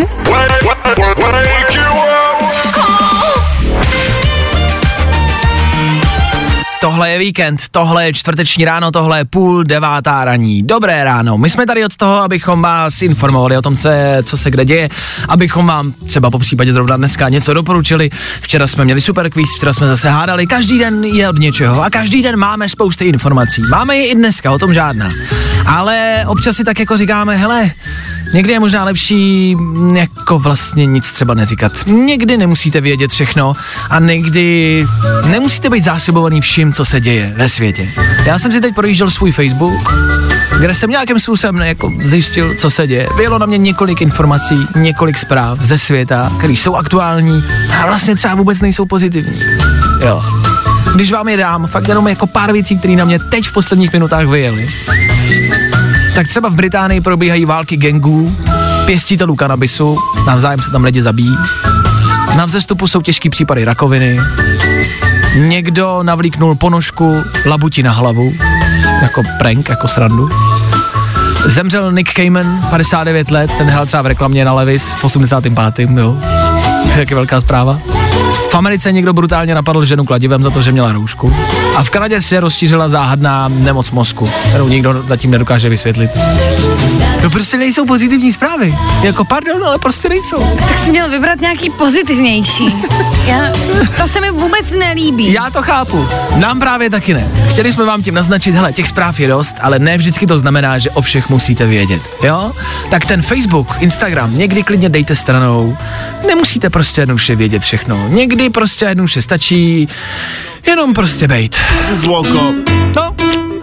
Tohle je víkend, tohle je čtvrteční ráno, tohle je 8:30 raní. Dobré ráno, my jsme tady od toho, abychom vás informovali o tom, co se kde děje, abychom vám třeba po případě zrovna dneska něco doporučili. Včera jsme měli super quiz, včera jsme zase hádali, každý den je od něčeho a každý den máme spousty informací. Máme je i dneska, o tom žádná. Ale občas si tak jako říkáme, hele, někdy je možná lepší jako vlastně nic třeba neříkat. Někdy nemusíte vědět všechno a někdy nemusíte být zásobovaný vším, co se děje ve světě. Já jsem si teď projížděl svůj Facebook, kde jsem nějakým způsobem jako zjistil, co se děje. Vyjelo na mě několik informací, několik zpráv ze světa, které jsou aktuální a vlastně třeba vůbec nejsou pozitivní. Jo. Když vám je dám, fakt jenom jako pár věcí, které na mě teď v posledních minutách vyjeli. Tak třeba v Británii probíhají války gangů, pěstitelů kanabisu, navzájem se tam lidi zabíjí. Na vzestupu jsou těžký případy rakoviny. Někdo navlíknul ponožku labuti na hlavu, jako prank, jako srandu. Zemřel Nick Cayman, 59 let, ten hrál třeba v reklamě na Levis v 85. jo. To je taky velká zpráva. V Americe někdo brutálně napadl ženu kladivem za to, že měla roušku. A v Kanadě se rozšířila záhadná nemoc mozku, kterou nikdo zatím nedokáže vysvětlit. To prostě nejsou pozitivní zprávy. Jako pardon, ale prostě nejsou. Tak jsi měl vybrat nějaký pozitivnější. To se mi vůbec nelíbí. Já to chápu. Nám právě taky ne. Chtěli jsme vám tím naznačit, hele, těch zpráv je dost, ale ne vždycky to znamená, že o všech musíte vědět. Jo? Tak ten Facebook, Instagram, někdy klidně dejte stranou. Nemusíte prostě jednoduše vědět všechno. Někdy prostě jednoduše stačí jenom prostě bejt. No.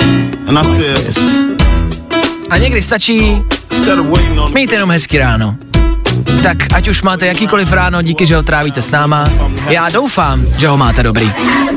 A někdy stačí mít jenom hezký ráno. Tak ať už máte jakýkoliv ráno, díky, že ho trávíte s náma. Já doufám, že ho máte dobrý.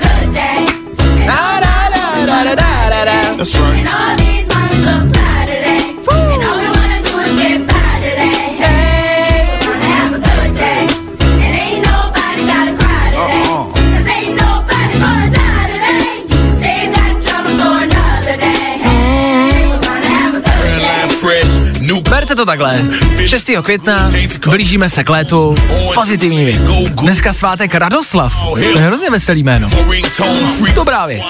Berte to takhle. 6. května blížíme se k létu. Pozitivní věc. Dneska svátek Radoslav. To je hrozně veselý jméno. Dobrá věc.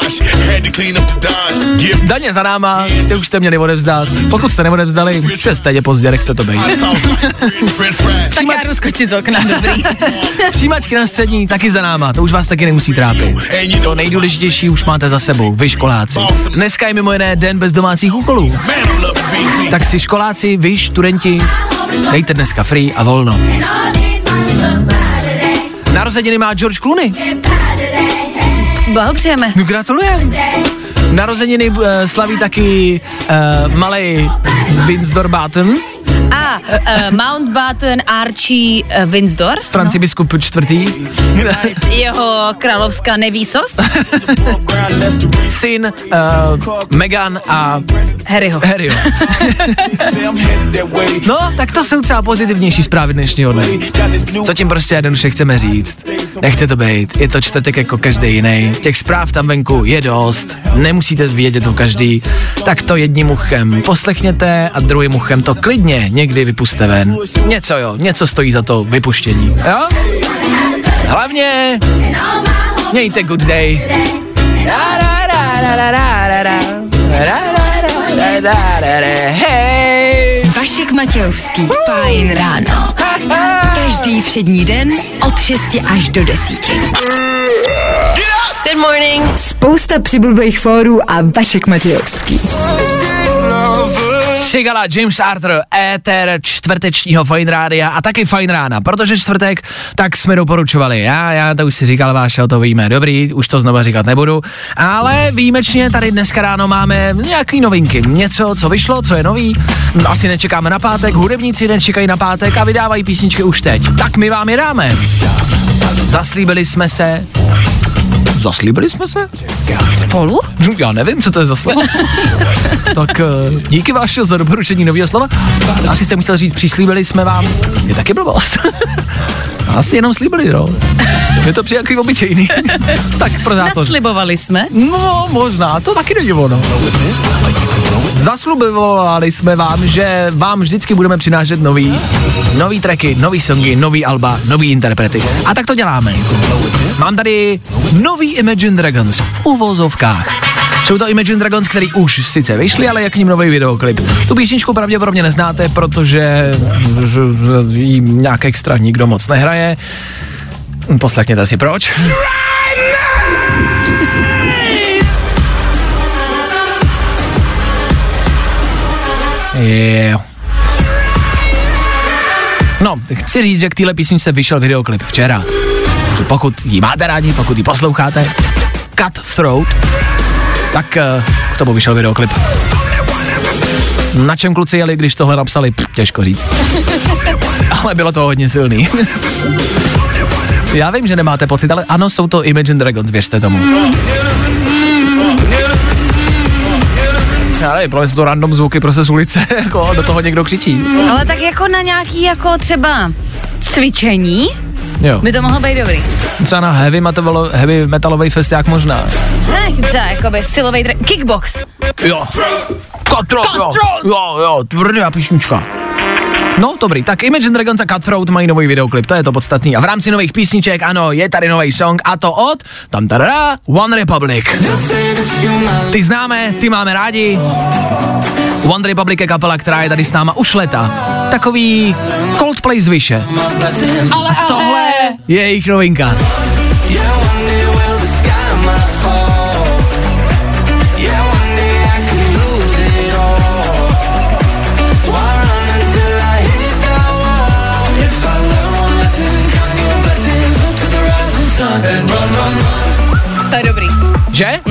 Daně za náma, ty už jste měli odevzdat. Pokud jste neodevzdali, přestejně pozdě, nechte to být. Tak já jdu skočit z okna, dobrý. Přijímačky na střední taky za náma, to už vás taky nemusí trápit. To nejdůležitější už máte za sebou, vy školáci. Dneska je mimo jiné den bez domácích úkolů. Tak si školáci, vy studenti, dejte dneska free a volno. Narozeniny má George Clooney. Blahopřejeme. No gratulujem. Narozeniny slaví taky malej Vince Dorbaton. A Mountbatten, Archie, Windsor. Franci biskup čtvrtý. Jeho královská nevýsost. Syn, Meghan a Harryho. No, tak to jsou třeba pozitivnější zprávy dnešního dne. Co tím prostě jednoduše chceme říct? Nechte to být, je to čtvrtek jako každý jiný. Těch zpráv tam venku je dost, nemusíte vědět o každý. Tak to jedním uchem poslechněte a druhým uchem to klidně někdy vypuste ven. Něco stojí za to vypuštění, jo? Hlavně mějte good day. Hey. Vašek Matějovský, Fajn ráno. Každý všední den od 6 až do 10. Good morning. Spousta přibulbých fórů a Vašek Matějovský. Šigala, James Arthur, éter čtvrtečního Fajn rádia a taky Fajn rána, protože čtvrtek, tak jsme doporučovali. Já to už si říkal, Vášo, to víme, dobrý, už to znova říkat nebudu, ale výjimečně tady dneska ráno máme nějaký novinky, něco, co vyšlo, co je nový, asi nečekáme na pátek, hudebníci nečekají na pátek a vydávají písničky už teď, tak my vám je dáme. Zaslíbili jsme se? Spolu? Já nevím, co to je za slovo. Tak díky Vášo za doporučení nového slova. Asi jsem chtěl říct, přislíbili jsme vám. Je taky blbost. Asi jenom slíbili, no. Je to přijde jako obyčejný. Tak prodátor. Naslibovali jsme? No, možná, to taky není ono. Zaslibovali jsme vám, že vám vždycky budeme přinášet nový tracky, nový songy, nový alba, nový interprety. A tak to děláme. Mám tady nový Imagine Dragons v uvozovkách. Jsou to Imagine Dragons, který už sice vyšli, ale je k ním nový videoklip. Tu písničku pravděpodobně neznáte, protože jí nějak extra nikdo moc nehraje. Poslechněte si proč. Yeah. No, chci říct, že k téhle písničce vyšel videoklip včera. Pokud ji máte rádi, pokud ji posloucháte, Cutthroat, tak k tomu vyšel videoklip. Na čem kluci jeli, když tohle napsali? Těžko říct. Ale bylo to hodně silný. Já vím, že nemáte pocit, ale ano, jsou to Imagine Dragons, věřte tomu. Já nevím, jsou to random zvuky prostě z ulice, jako do toho někdo křičí. Ale tak jako na nějaký jako třeba cvičení Jo. by to mohlo být dobrý. Třeba na heavy metalový festiák možná. Ne, třeba jakoby silový kickbox. Jo. Cutthroat. Jo, tvrdá písnička. No, dobrý, tak Imagine Dragons a Cutthroat mají nový videoklip, to je to podstatný. A v rámci nových písniček, ano, je tady nový song a to od One Republic. Ty známe, ty máme rádi. One Republic je kapela, která je tady s náma už leta. Takový Coldplay z výše. Ale tohle je jejich novinka. To je dobrý. Že?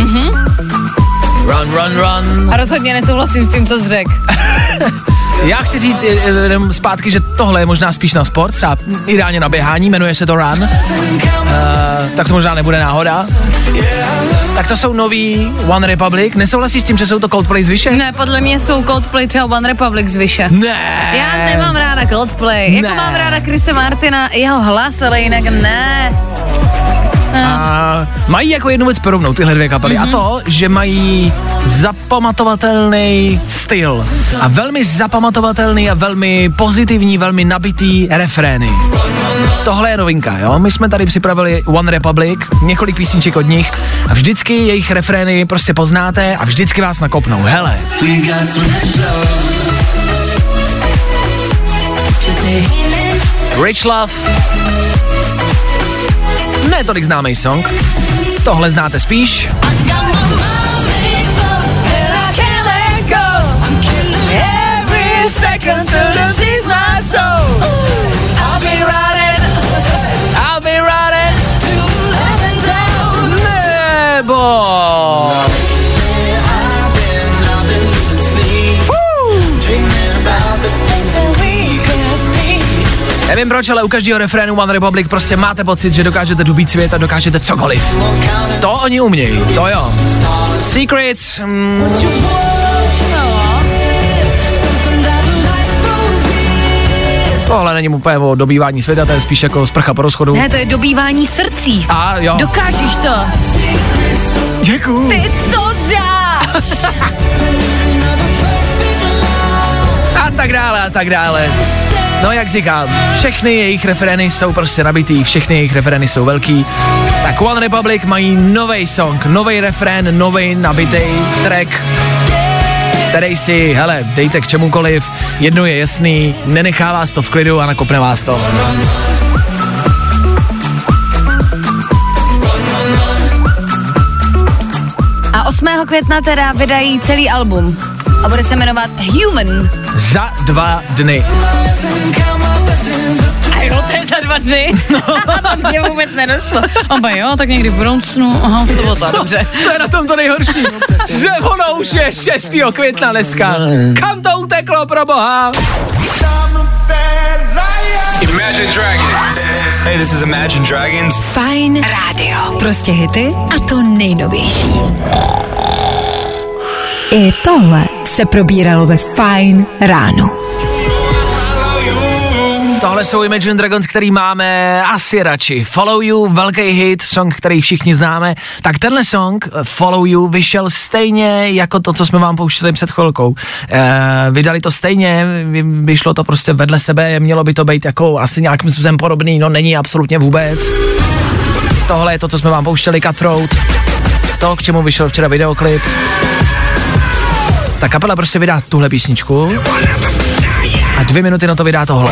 Run. A rozhodně nesouhlasím s tím, co jsi řekl. Já chci říct jenom zpátky, že tohle je možná spíš na sport, třeba ideálně na běhání, jmenuje se to Run. Tak to možná nebude náhoda. Tak to jsou nový One Republic. Nesouhlasíš s tím, že jsou to Coldplay z výše? Ne, podle mě jsou Coldplay třeba One Republic z výše. Ne. Já nemám ráda Coldplay. Jako mám ráda Chrisse Martina, jeho hlas, ale jinak ne. A mají jako jednu věc porovnou tyhle dvě kapely a to, že mají zapamatovatelný styl a velmi zapamatovatelný a velmi pozitivní, velmi nabitý refrény. Tohle je novinka, jo? My jsme tady připravili One Republic, několik písniček od nich a vždycky jejich refrény prostě poznáte a vždycky vás nakopnou. Hele. Rich Love. Ne tolik známý song. Tohle znáte spíš. Nebo Nevím proč, ale u každého refrénu One Republic prostě máte pocit, že dokážete dobít svět a dokážete cokoliv. To oni umějí, to jo. Secrets, tohle není úplně o dobývání světa, to je spíš jako sprcha po rozchodu. Ne, to je dobývání srdcí. A jo. Dokážeš to. Děkuju. Ty to dáš. A tak dále. No jak říkám, všechny jejich refrény jsou prostě nabitý, všechny jejich refrény jsou velký. Tak One Republic mají novej song, novej refrén, novej nabitý track, který si, hele, dejte k čemukoliv, jedno je jasný, nenechá vás to v klidu a nakopne vás to. A 8. května teda vydají celý album a bude se jmenovat Human. Za 2 dny. A jo, to je za 2 dny? No. To mě vůbec nedošlo. Oba jo, tak někdy v budoucnu, aha, sobota, dobře. To je na tom to nejhorší, že ono už je 6. května dneska. Kam to uteklo, pro boha? Imagine Dragons. Hey, this is Imagine Dragons. Fajn rádio. Prostě hity a to nejnovější. I tohle se probíralo ve Fajn ráno. Tohle jsou Imagine Dragons, který máme asi radši. Follow You, velký hit, song, který všichni známe. Tak tenhle song, Follow You, vyšel stejně jako to, co jsme vám pouštěli před chvilkou. Vydali to stejně, vyšlo to prostě vedle sebe, mělo by to být jako asi nějakým způsobem podobný, no není absolutně vůbec. Tohle je to, co jsme vám pouštěli, Cutthroat. To, k čemu vyšel včera videoklip. Ta kapela prostě vydá tuhle písničku a 2 minuty na to vydá tohle.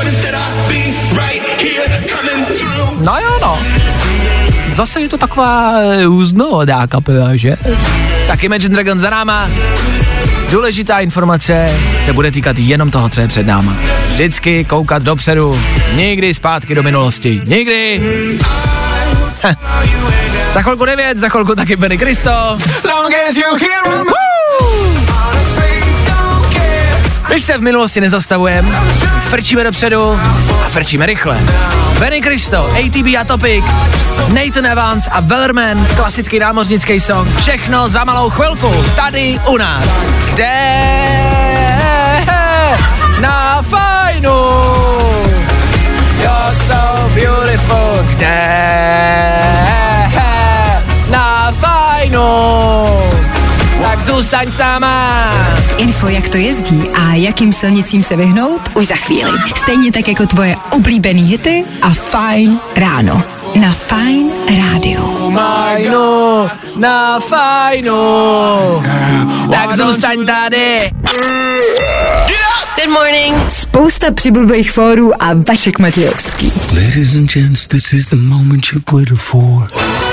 No jo, no. Zase je to taková úznovodá kapela, že? Tak Imagine Dragons za náma. Důležitá informace se bude týkat jenom toho, co je před náma. Vždycky koukat dopředu, nikdy zpátky do minulosti. Nikdy. Za chvilku 9, za chvilku taky Benny Cristo. My se v minulosti nezastavujeme, frčíme dopředu a frčíme rychle. Benny Cristo, ATB a Topic, Nathan Evans a Wellerman, klasický námořnický song, všechno za malou chvilku, tady u nás. Kde? Na Fajnu. You're so beautiful. Kde? Na Fajnu. Tak zůstaň s náma. Info, jak to jezdí a jakým silnicím se vyhnout, už za chvíli. Stejně tak jako tvoje oblíbený hity a Fajn ráno. Na Fajn rádiu. Na Fajnu. Tak zůstaň tady. Good morning. Spousta přibulbých fórů a Vašek Matějovský. Ladies and gents, this is the moment you've waited for.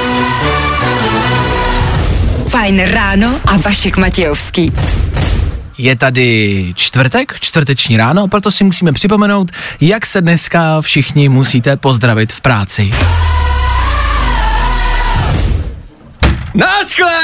Fajn ráno a Vašek Matějovský. Je tady čtvrtek, čtvrteční ráno, proto si musíme připomenout, jak se dneska všichni musíte pozdravit v práci. Naschle!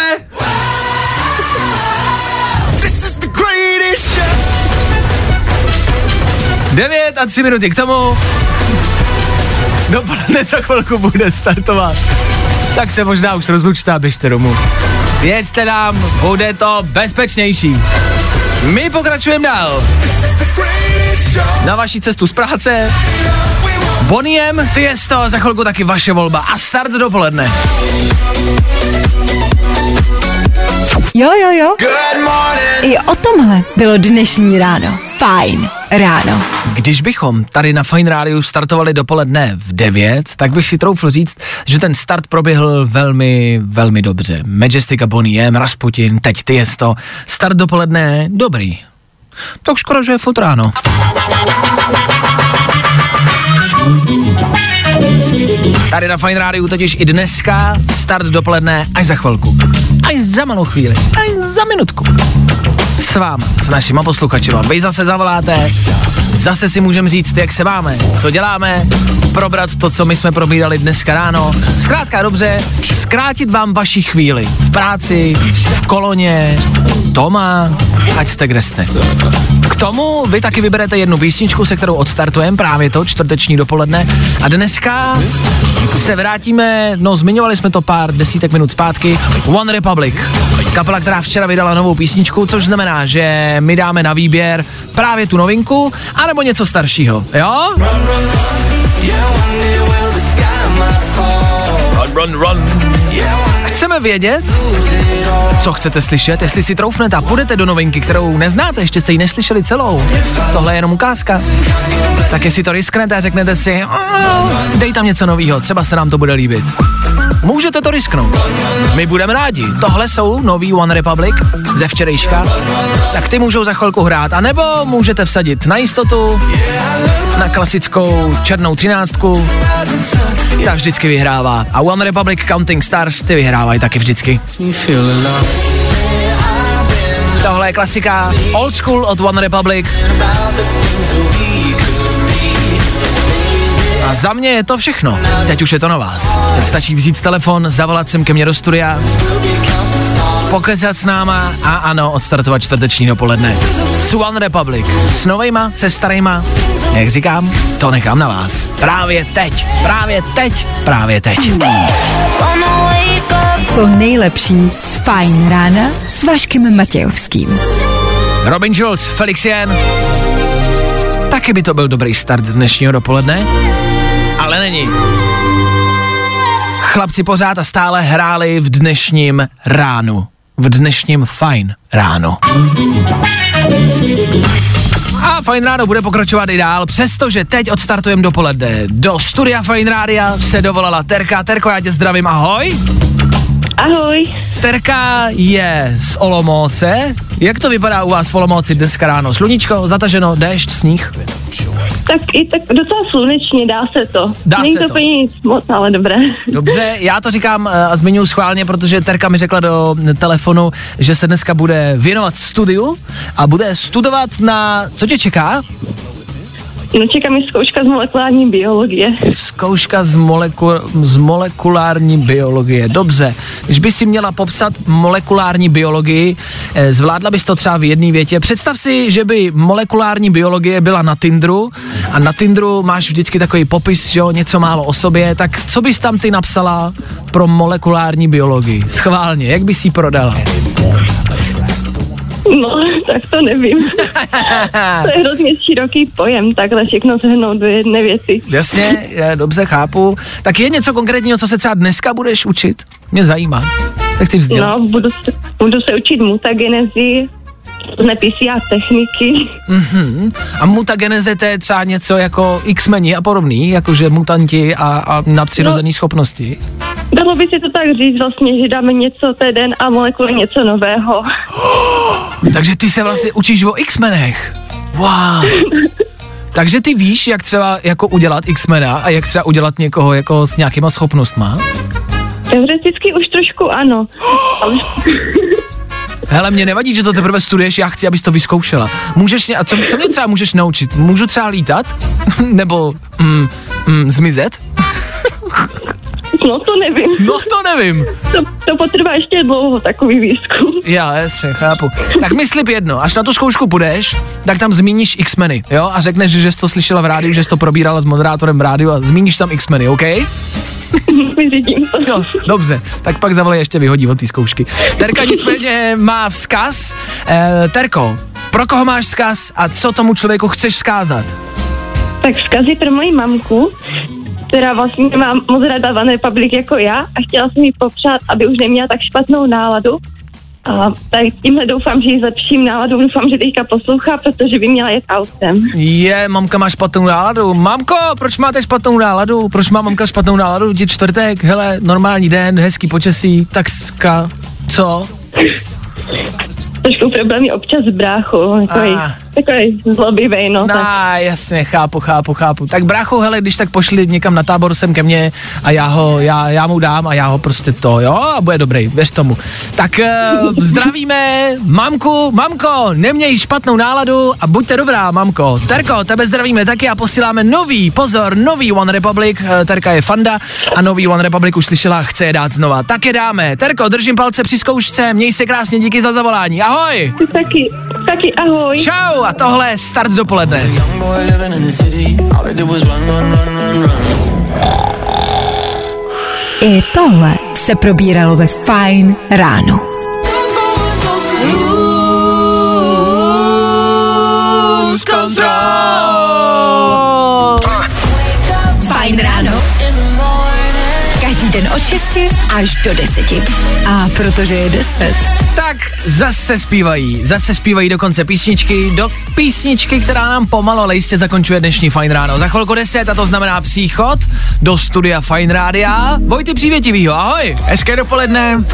9 a 3 minuty k tomu. Dopoledne za chvilku bude startovat. Tak se možná už rozlučte a běžte domů. Jeďte nám, bude to bezpečnější. My pokračujeme dál. Na vaši cestu z práce. Boniem, Tiesto, za chvilku taky vaše volba a start dopoledne. Jo. I o tomhle bylo dnešní ráno. Fajn ráno. Když bychom tady na Fajn rádiu startovali dopoledne v 9, tak bych si troufl říct, že ten start proběhl velmi, velmi dobře. Majestic a Bonnie M, Rasputin, teď Tiesto. Start dopoledne dobrý. Tak škoda, že je furt ráno. Tady na Fajn rádiu totiž i dneska start dopoledne až za chvilku. Až za malou chvíli. Až za minutku. S váma, s našima posluchačima. Vy zase zavoláte, zase si můžeme říct, jak se máme, co děláme, probrat to, co my jsme probírali dneska ráno. Zkrátka dobře, zkrátit vám vaši chvíli v práci, v koloně, doma, ať jste kde jste. K tomu vy taky vyberete jednu písničku, se kterou odstartujeme právě to čtvrteční dopoledne. A dneska se vrátíme, zmiňovali jsme to pár desítek minut zpátky, One Republic. Kapela, která včera vydala novou písničku, což znamená, že my dáme na výběr právě tu novinku, anebo něco staršího, jo? Run. Chceme vědět, co chcete slyšet, jestli si troufnete a půjdete do novinky, kterou neznáte, ještě jste ji neslyšeli celou. Tohle je jenom ukázka. Tak jestli to risknete a řeknete si, dej tam něco novýho, třeba se nám to bude líbit. Můžete to risknout. My budeme rádi. Tohle jsou nový One Republic ze včerejška. Tak ty můžou za chvilku hrát. A nebo můžete vsadit na jistotu, na klasickou černou 13. Ta vždycky vyhrává. A One Republic Counting Stars, ty vyhrávají taky vždycky. Tohle je klasika Old School od One Republic. A za mě je to všechno. Teď už je to na vás. Teď stačí vzít telefon, zavolat sem ke mně do studia, pokecat s náma a ano, odstartovat čtvrteční dopoledne. S One Republic. S novejma, se starejma. Jak říkám, to nechám na vás. Právě teď. To nejlepší z Fajn rána s Vaškem Matějovským. Robin Schulz, Felix Jen. Taky by to byl dobrý start dnešního dopoledne, ale není. Chlapci pořád a stále hráli v dnešním ránu. V dnešním Fajn ráno. A Fajn ráno bude pokračovat i dál, přestože teď odstartujeme dopoledne. Do studia Fajn rádia se dovolala Terka. Terko, já tě zdravím, ahoj. Ahoj. Terka je z Olomouce. Jak to vypadá u vás v Olomouci dneska ráno? Sluníčko, zataženo, déšť, sníh? Tak i tak docela slunečně, dá se to. Není to úplně nic moc, ale dobré. Dobře, já to říkám a zmiňuji schválně, protože Terka mi řekla do telefonu, že se dneska bude věnovat studiu a bude studovat na... Co tě čeká? No čeká mi zkouška z molekulární biologie. Zkouška z molekulární biologie, dobře. Když by si měla popsat molekulární biologii, zvládla bys to třeba v jedné větě. Představ si, že by molekulární biologie byla na Tinderu a na Tinderu máš vždycky takový popis, že jo, něco málo o sobě, tak co bys tam ty napsala pro molekulární biologii? Schválně, jak bys ji prodala? No, tak to nevím. To je hrozně široký pojem, takhle všechno shrnout do jedné věci. Jasně, dobře, chápu. Tak je něco konkrétního, co se třeba dneska budeš učit? Mě zajímá. Co chci vzdělat? No, budu se učit mutagenezi, PCR techniky. A mutageneze to je třeba něco jako X-meni a podobný, jakože mutanti a nadpřirozený schopnosti? Dalo by se to tak říct vlastně, že dáme něco ten a molekuly něco nového. Takže ty se vlastně učíš o X-menech. Wow. Takže ty víš, jak třeba jako udělat X-mena a jak třeba udělat někoho jako s nějakýma schopnostma? Teoreticky už trošku ano. Hele, mě nevadí, že to teprve studuješ, já chci, abys to vyzkoušela. Můžeš a co mě třeba můžeš naučit? Můžu třeba lítat? Nebo zmizet? No to nevím. To potrvá ještě dlouho, takový výzkum. Já, jasně, chápu. Tak mi slib jedno, až na tu zkoušku půjdeš, tak tam zmíníš X-meny, jo? A řekneš, že jsi to slyšela v rádiu, že jsi to probírala s moderátorem v rádiu a zmíníš tam X-meny, OK? Vyřídím to. Jo, dobře, tak pak zavolej, ještě vyhodí od té zkoušky. Terka nicméně má vzkaz. Terko, pro koho máš vzkaz a co tomu člověku chceš vzkázat? Tak vzkazy pro moji mamku, která vlastně má moc ráda One Republic jako já a chtěla jsem jí popřát, aby už neměla tak špatnou náladu. A tak tímhle doufám, že jí zlepším náladu, doufám, že teďka poslouchá, protože by měla jet autem. Mamka má špatnou náladu. Mamko, proč máte špatnou náladu? Proč má mamka špatnou náladu? Je čtvrtek, hele, normální den, hezký počasí, co? Trošku problémy občas s bráchou, takový zlobivej, no. Tak. Jasně, chápu. Tak brácho, hele, když tak pošli někam na tábor sem ke mně a já mu dám a já ho prostě to, jo, a bude dobrý, věř tomu. Tak zdravíme mamko, neměj špatnou náladu a buďte dobrá, mamko. Terko, tebe zdravíme taky a posíláme nový One Republic, Terka je fanda a nový One Republic už slyšela, chce je dát znova. Tak je dáme. Terko, držím palce při zkoušce, měj se krásně, díky za zavolání, ahoj. Taky ahoj. Čau a tohle je Start dopoledne. I tohle se probíralo ve Fajn ráno. Fajn ráno. Každý den od 6 až do 10. A protože je 10. Tak zase zpívají dokonce písničky, která nám pomalu, ale jistě zakončuje dnešní Fajn ráno. Za chvilku 10 a to znamená příchod do studia Fajn rádia. Vojty Přívětivýho, ahoj. Hezké dopoledne.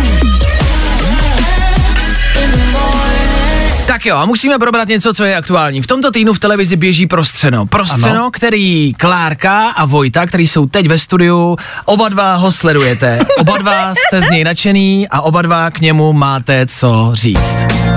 Tak jo, a musíme probrat něco, co je aktuální. V tomto týdnu v televizi běží Prostřeno, který Klárka a Vojta, který jsou teď ve studiu, oba dva ho sledujete. Oba dva jste z něj nadšený a oba dva k němu máte co říct.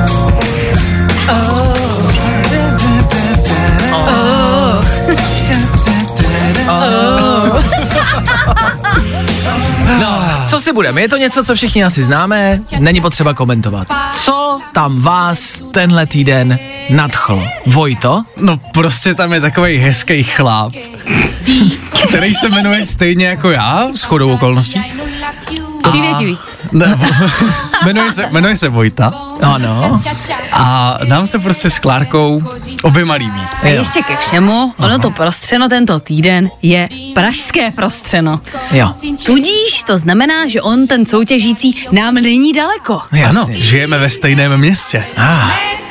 No, co si budeme? Je to něco, co všichni asi známe, není potřeba komentovat. Co tam vás tenhle týden nadchlo? Vojto? No prostě tam je takovej hezký chlap, který se jmenuje stejně jako já, shodou okolností. Přívětivý. Jmenuje se Vojta. Ano. A nám se prostě s Klárkou oběma líbí. A ještě ke všemu, ono to Prostřeno tento týden je pražské Prostřeno. Jo. Tudíž to znamená, že on, ten soutěžící, nám není daleko. Ano, žijeme ve stejném městě. A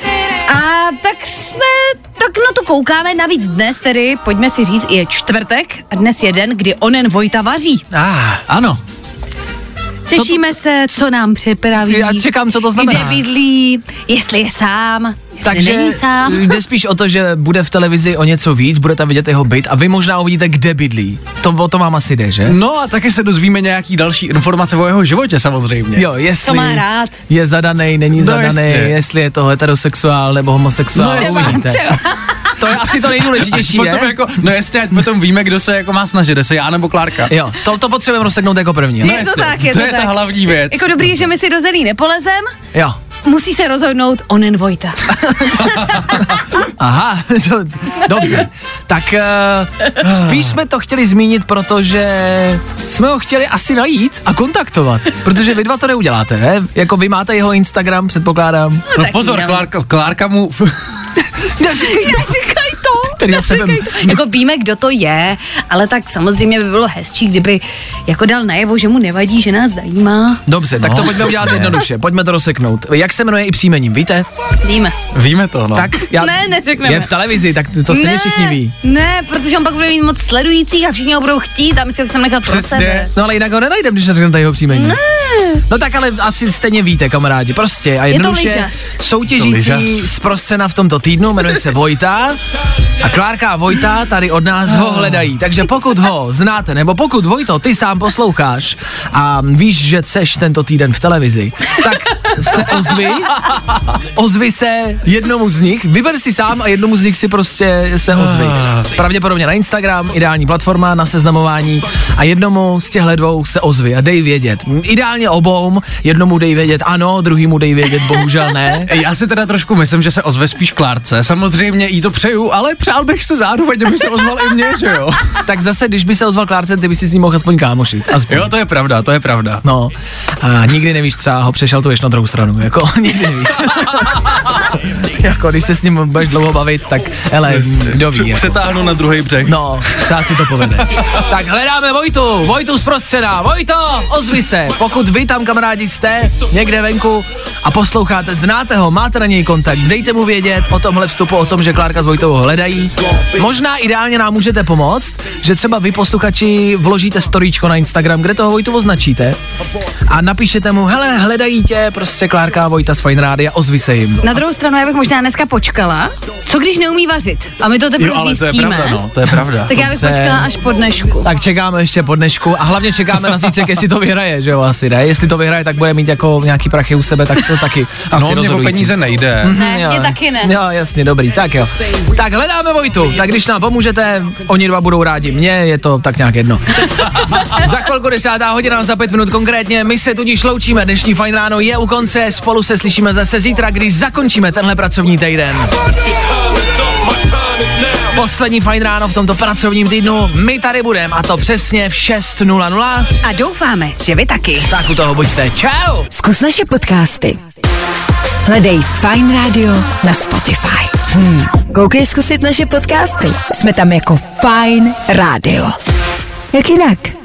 tak na to koukáme, navíc dnes tedy, pojďme si říct, je čtvrtek a dnes je den, kdy onen Vojta vaří. Ano. Těšíme se, co nám připraví. Já čekám, co to znamená. Kde bydlí, jestli je sám, takže není sám. jde spíš o to, že bude v televizi o něco víc, budete vidět jeho byt a vy možná uvidíte, kde bydlí. O to vám asi jde, že? No a taky se dozvíme nějaký další informace o jeho životě samozřejmě. Jo, jestli to má rád. Je zadanej, není zadanej, jestli je to heterosexuál nebo homosexuál. No, uvidíte. To je asi to nejdůležitější, potom jako, no jasně, ať potom víme, kdo se jako má snažit, jestli já nebo Klárka. Jo, to potřebujeme rozseknout jako první. No, je to tak. To je ta hlavní věc. Jako dobrý, že my si do zelí nepolezem. Jo. Musí se rozhodnout onen Vojta. Aha, dobře. Tak spíš jsme to chtěli zmínit, protože jsme ho chtěli asi najít a kontaktovat, protože vy dva to neuděláte, ne? Jako vy máte jeho Instagram, předpokládám. No pozor, Klárka mu... Neříkaj to. Jako víme, kdo to je, ale tak samozřejmě by bylo hezčí, kdyby jako dal najevo, že mu nevadí, že nás zajímá. Dobře, tak to pojďme udělat jednoduše, pojďme to rozseknout. Jak se jmenuje i příjmením, víte? Víme to, no. Tak neřekneme. Je v televizi, tak to stejně všichni ví. Ne, protože on pak bude mít moc sledujících a všichni ho budou chtít a my si ho chceme nechat pro sebe. No ale jinak ho nenajdem, když neřekneme jeho příjmení. Ne. No tak ale asi stejně víte, kamarádi, prostě a jednoduše soutěžící z Prostřena v tomto týdnu, jmenuje se Vojta a Klárka a Vojta tady od nás ho hledají, takže pokud ho znáte, nebo pokud Vojto, ty sám posloucháš a víš, že seš tento týden v televizi, tak se ozvi se jednomu z nich, vyber si sám a jednomu z nich si prostě se ozvi. Pravděpodobně na Instagram, ideální platforma na seznamování a jednomu z těchto dvou se ozvi a dej vědět. Ideálně obou, jednomu dej vědět ano, druhýmu dej vědět bohužel ne. Já si teda trošku myslím, že se ozve spíš Klárce. Samozřejmě jí to přeju, ale přál bych se zároveň, aby se ozval i mě, že jo? Tak zase, když by se ozval Klárce, ty by si s ním mohl aspoň kámošit. Aspoň. Jo, to je pravda. No, a nikdy nevíš, třeba ho přešel tu ještě na druhou stranu, jako nikdy nevíš. Jako, když se s ním budeš dlouho bavit, tak hele, kdo ví. Jako. Přetáhnu na druhý břeh. No, třeba si to povede. Tak hledáme Vojtu z Prostřena. Vojto, ozvi se, pokud vy tam kamarádi jste, někde venku a posloucháte, znáte ho, máte na něj kontakt, dejte mu vědět o tomhle vstupu, o tom, že Klárka s Vojtou ho hledají. Možná ideálně nám můžete pomoct, že třeba vy posluchači vložíte storíčko na Instagram, kde toho Vojtu označíte a napíšete mu, hele, hledají tě, prostě prostě Klárka a Vojta z Fajn Rádia, ozvi se jim. Na druhou stranu, já bych možná dneska počkala. Co když neumí vařit? A my to teprve zjistíme. To je pravda, no, to je pravda. Tak já bych počkala až po dnešku. Tak čekáme ještě po dnešku a hlavně čekáme na zítřek, jestli to vyhraje, že jo, asi ne? Jestli to vyhraje, tak bude mít jako nějaký prachy u sebe, tak to taky asi mě o peníze nejde. Ne, mě taky ne. Jo, jasně, dobrý, tak jo. Tak hledáme Vojtu, tak když nám pomůžete, oni dva budou rádi, mně je to tak nějak jedno. Za chvilku 10. hodina, za 5 minut konkrétně, my se tudíž loučíme, dnešní Fajn ráno je u konce, spolu se slyšíme zase zítra, když zakončíme tenhle pracovní týden. Poslední Fajn ráno v tomto pracovním týdnu, my tady budeme a to přesně v 6:00. A doufáme, že vy taky. Tak u toho buďte, čau! Zkus naše podcasty. Hledej Fajn Radio na Spotify. Koukej zkusit naše podcasty. Jsme tam jako Fajn Radio. Jak jinak?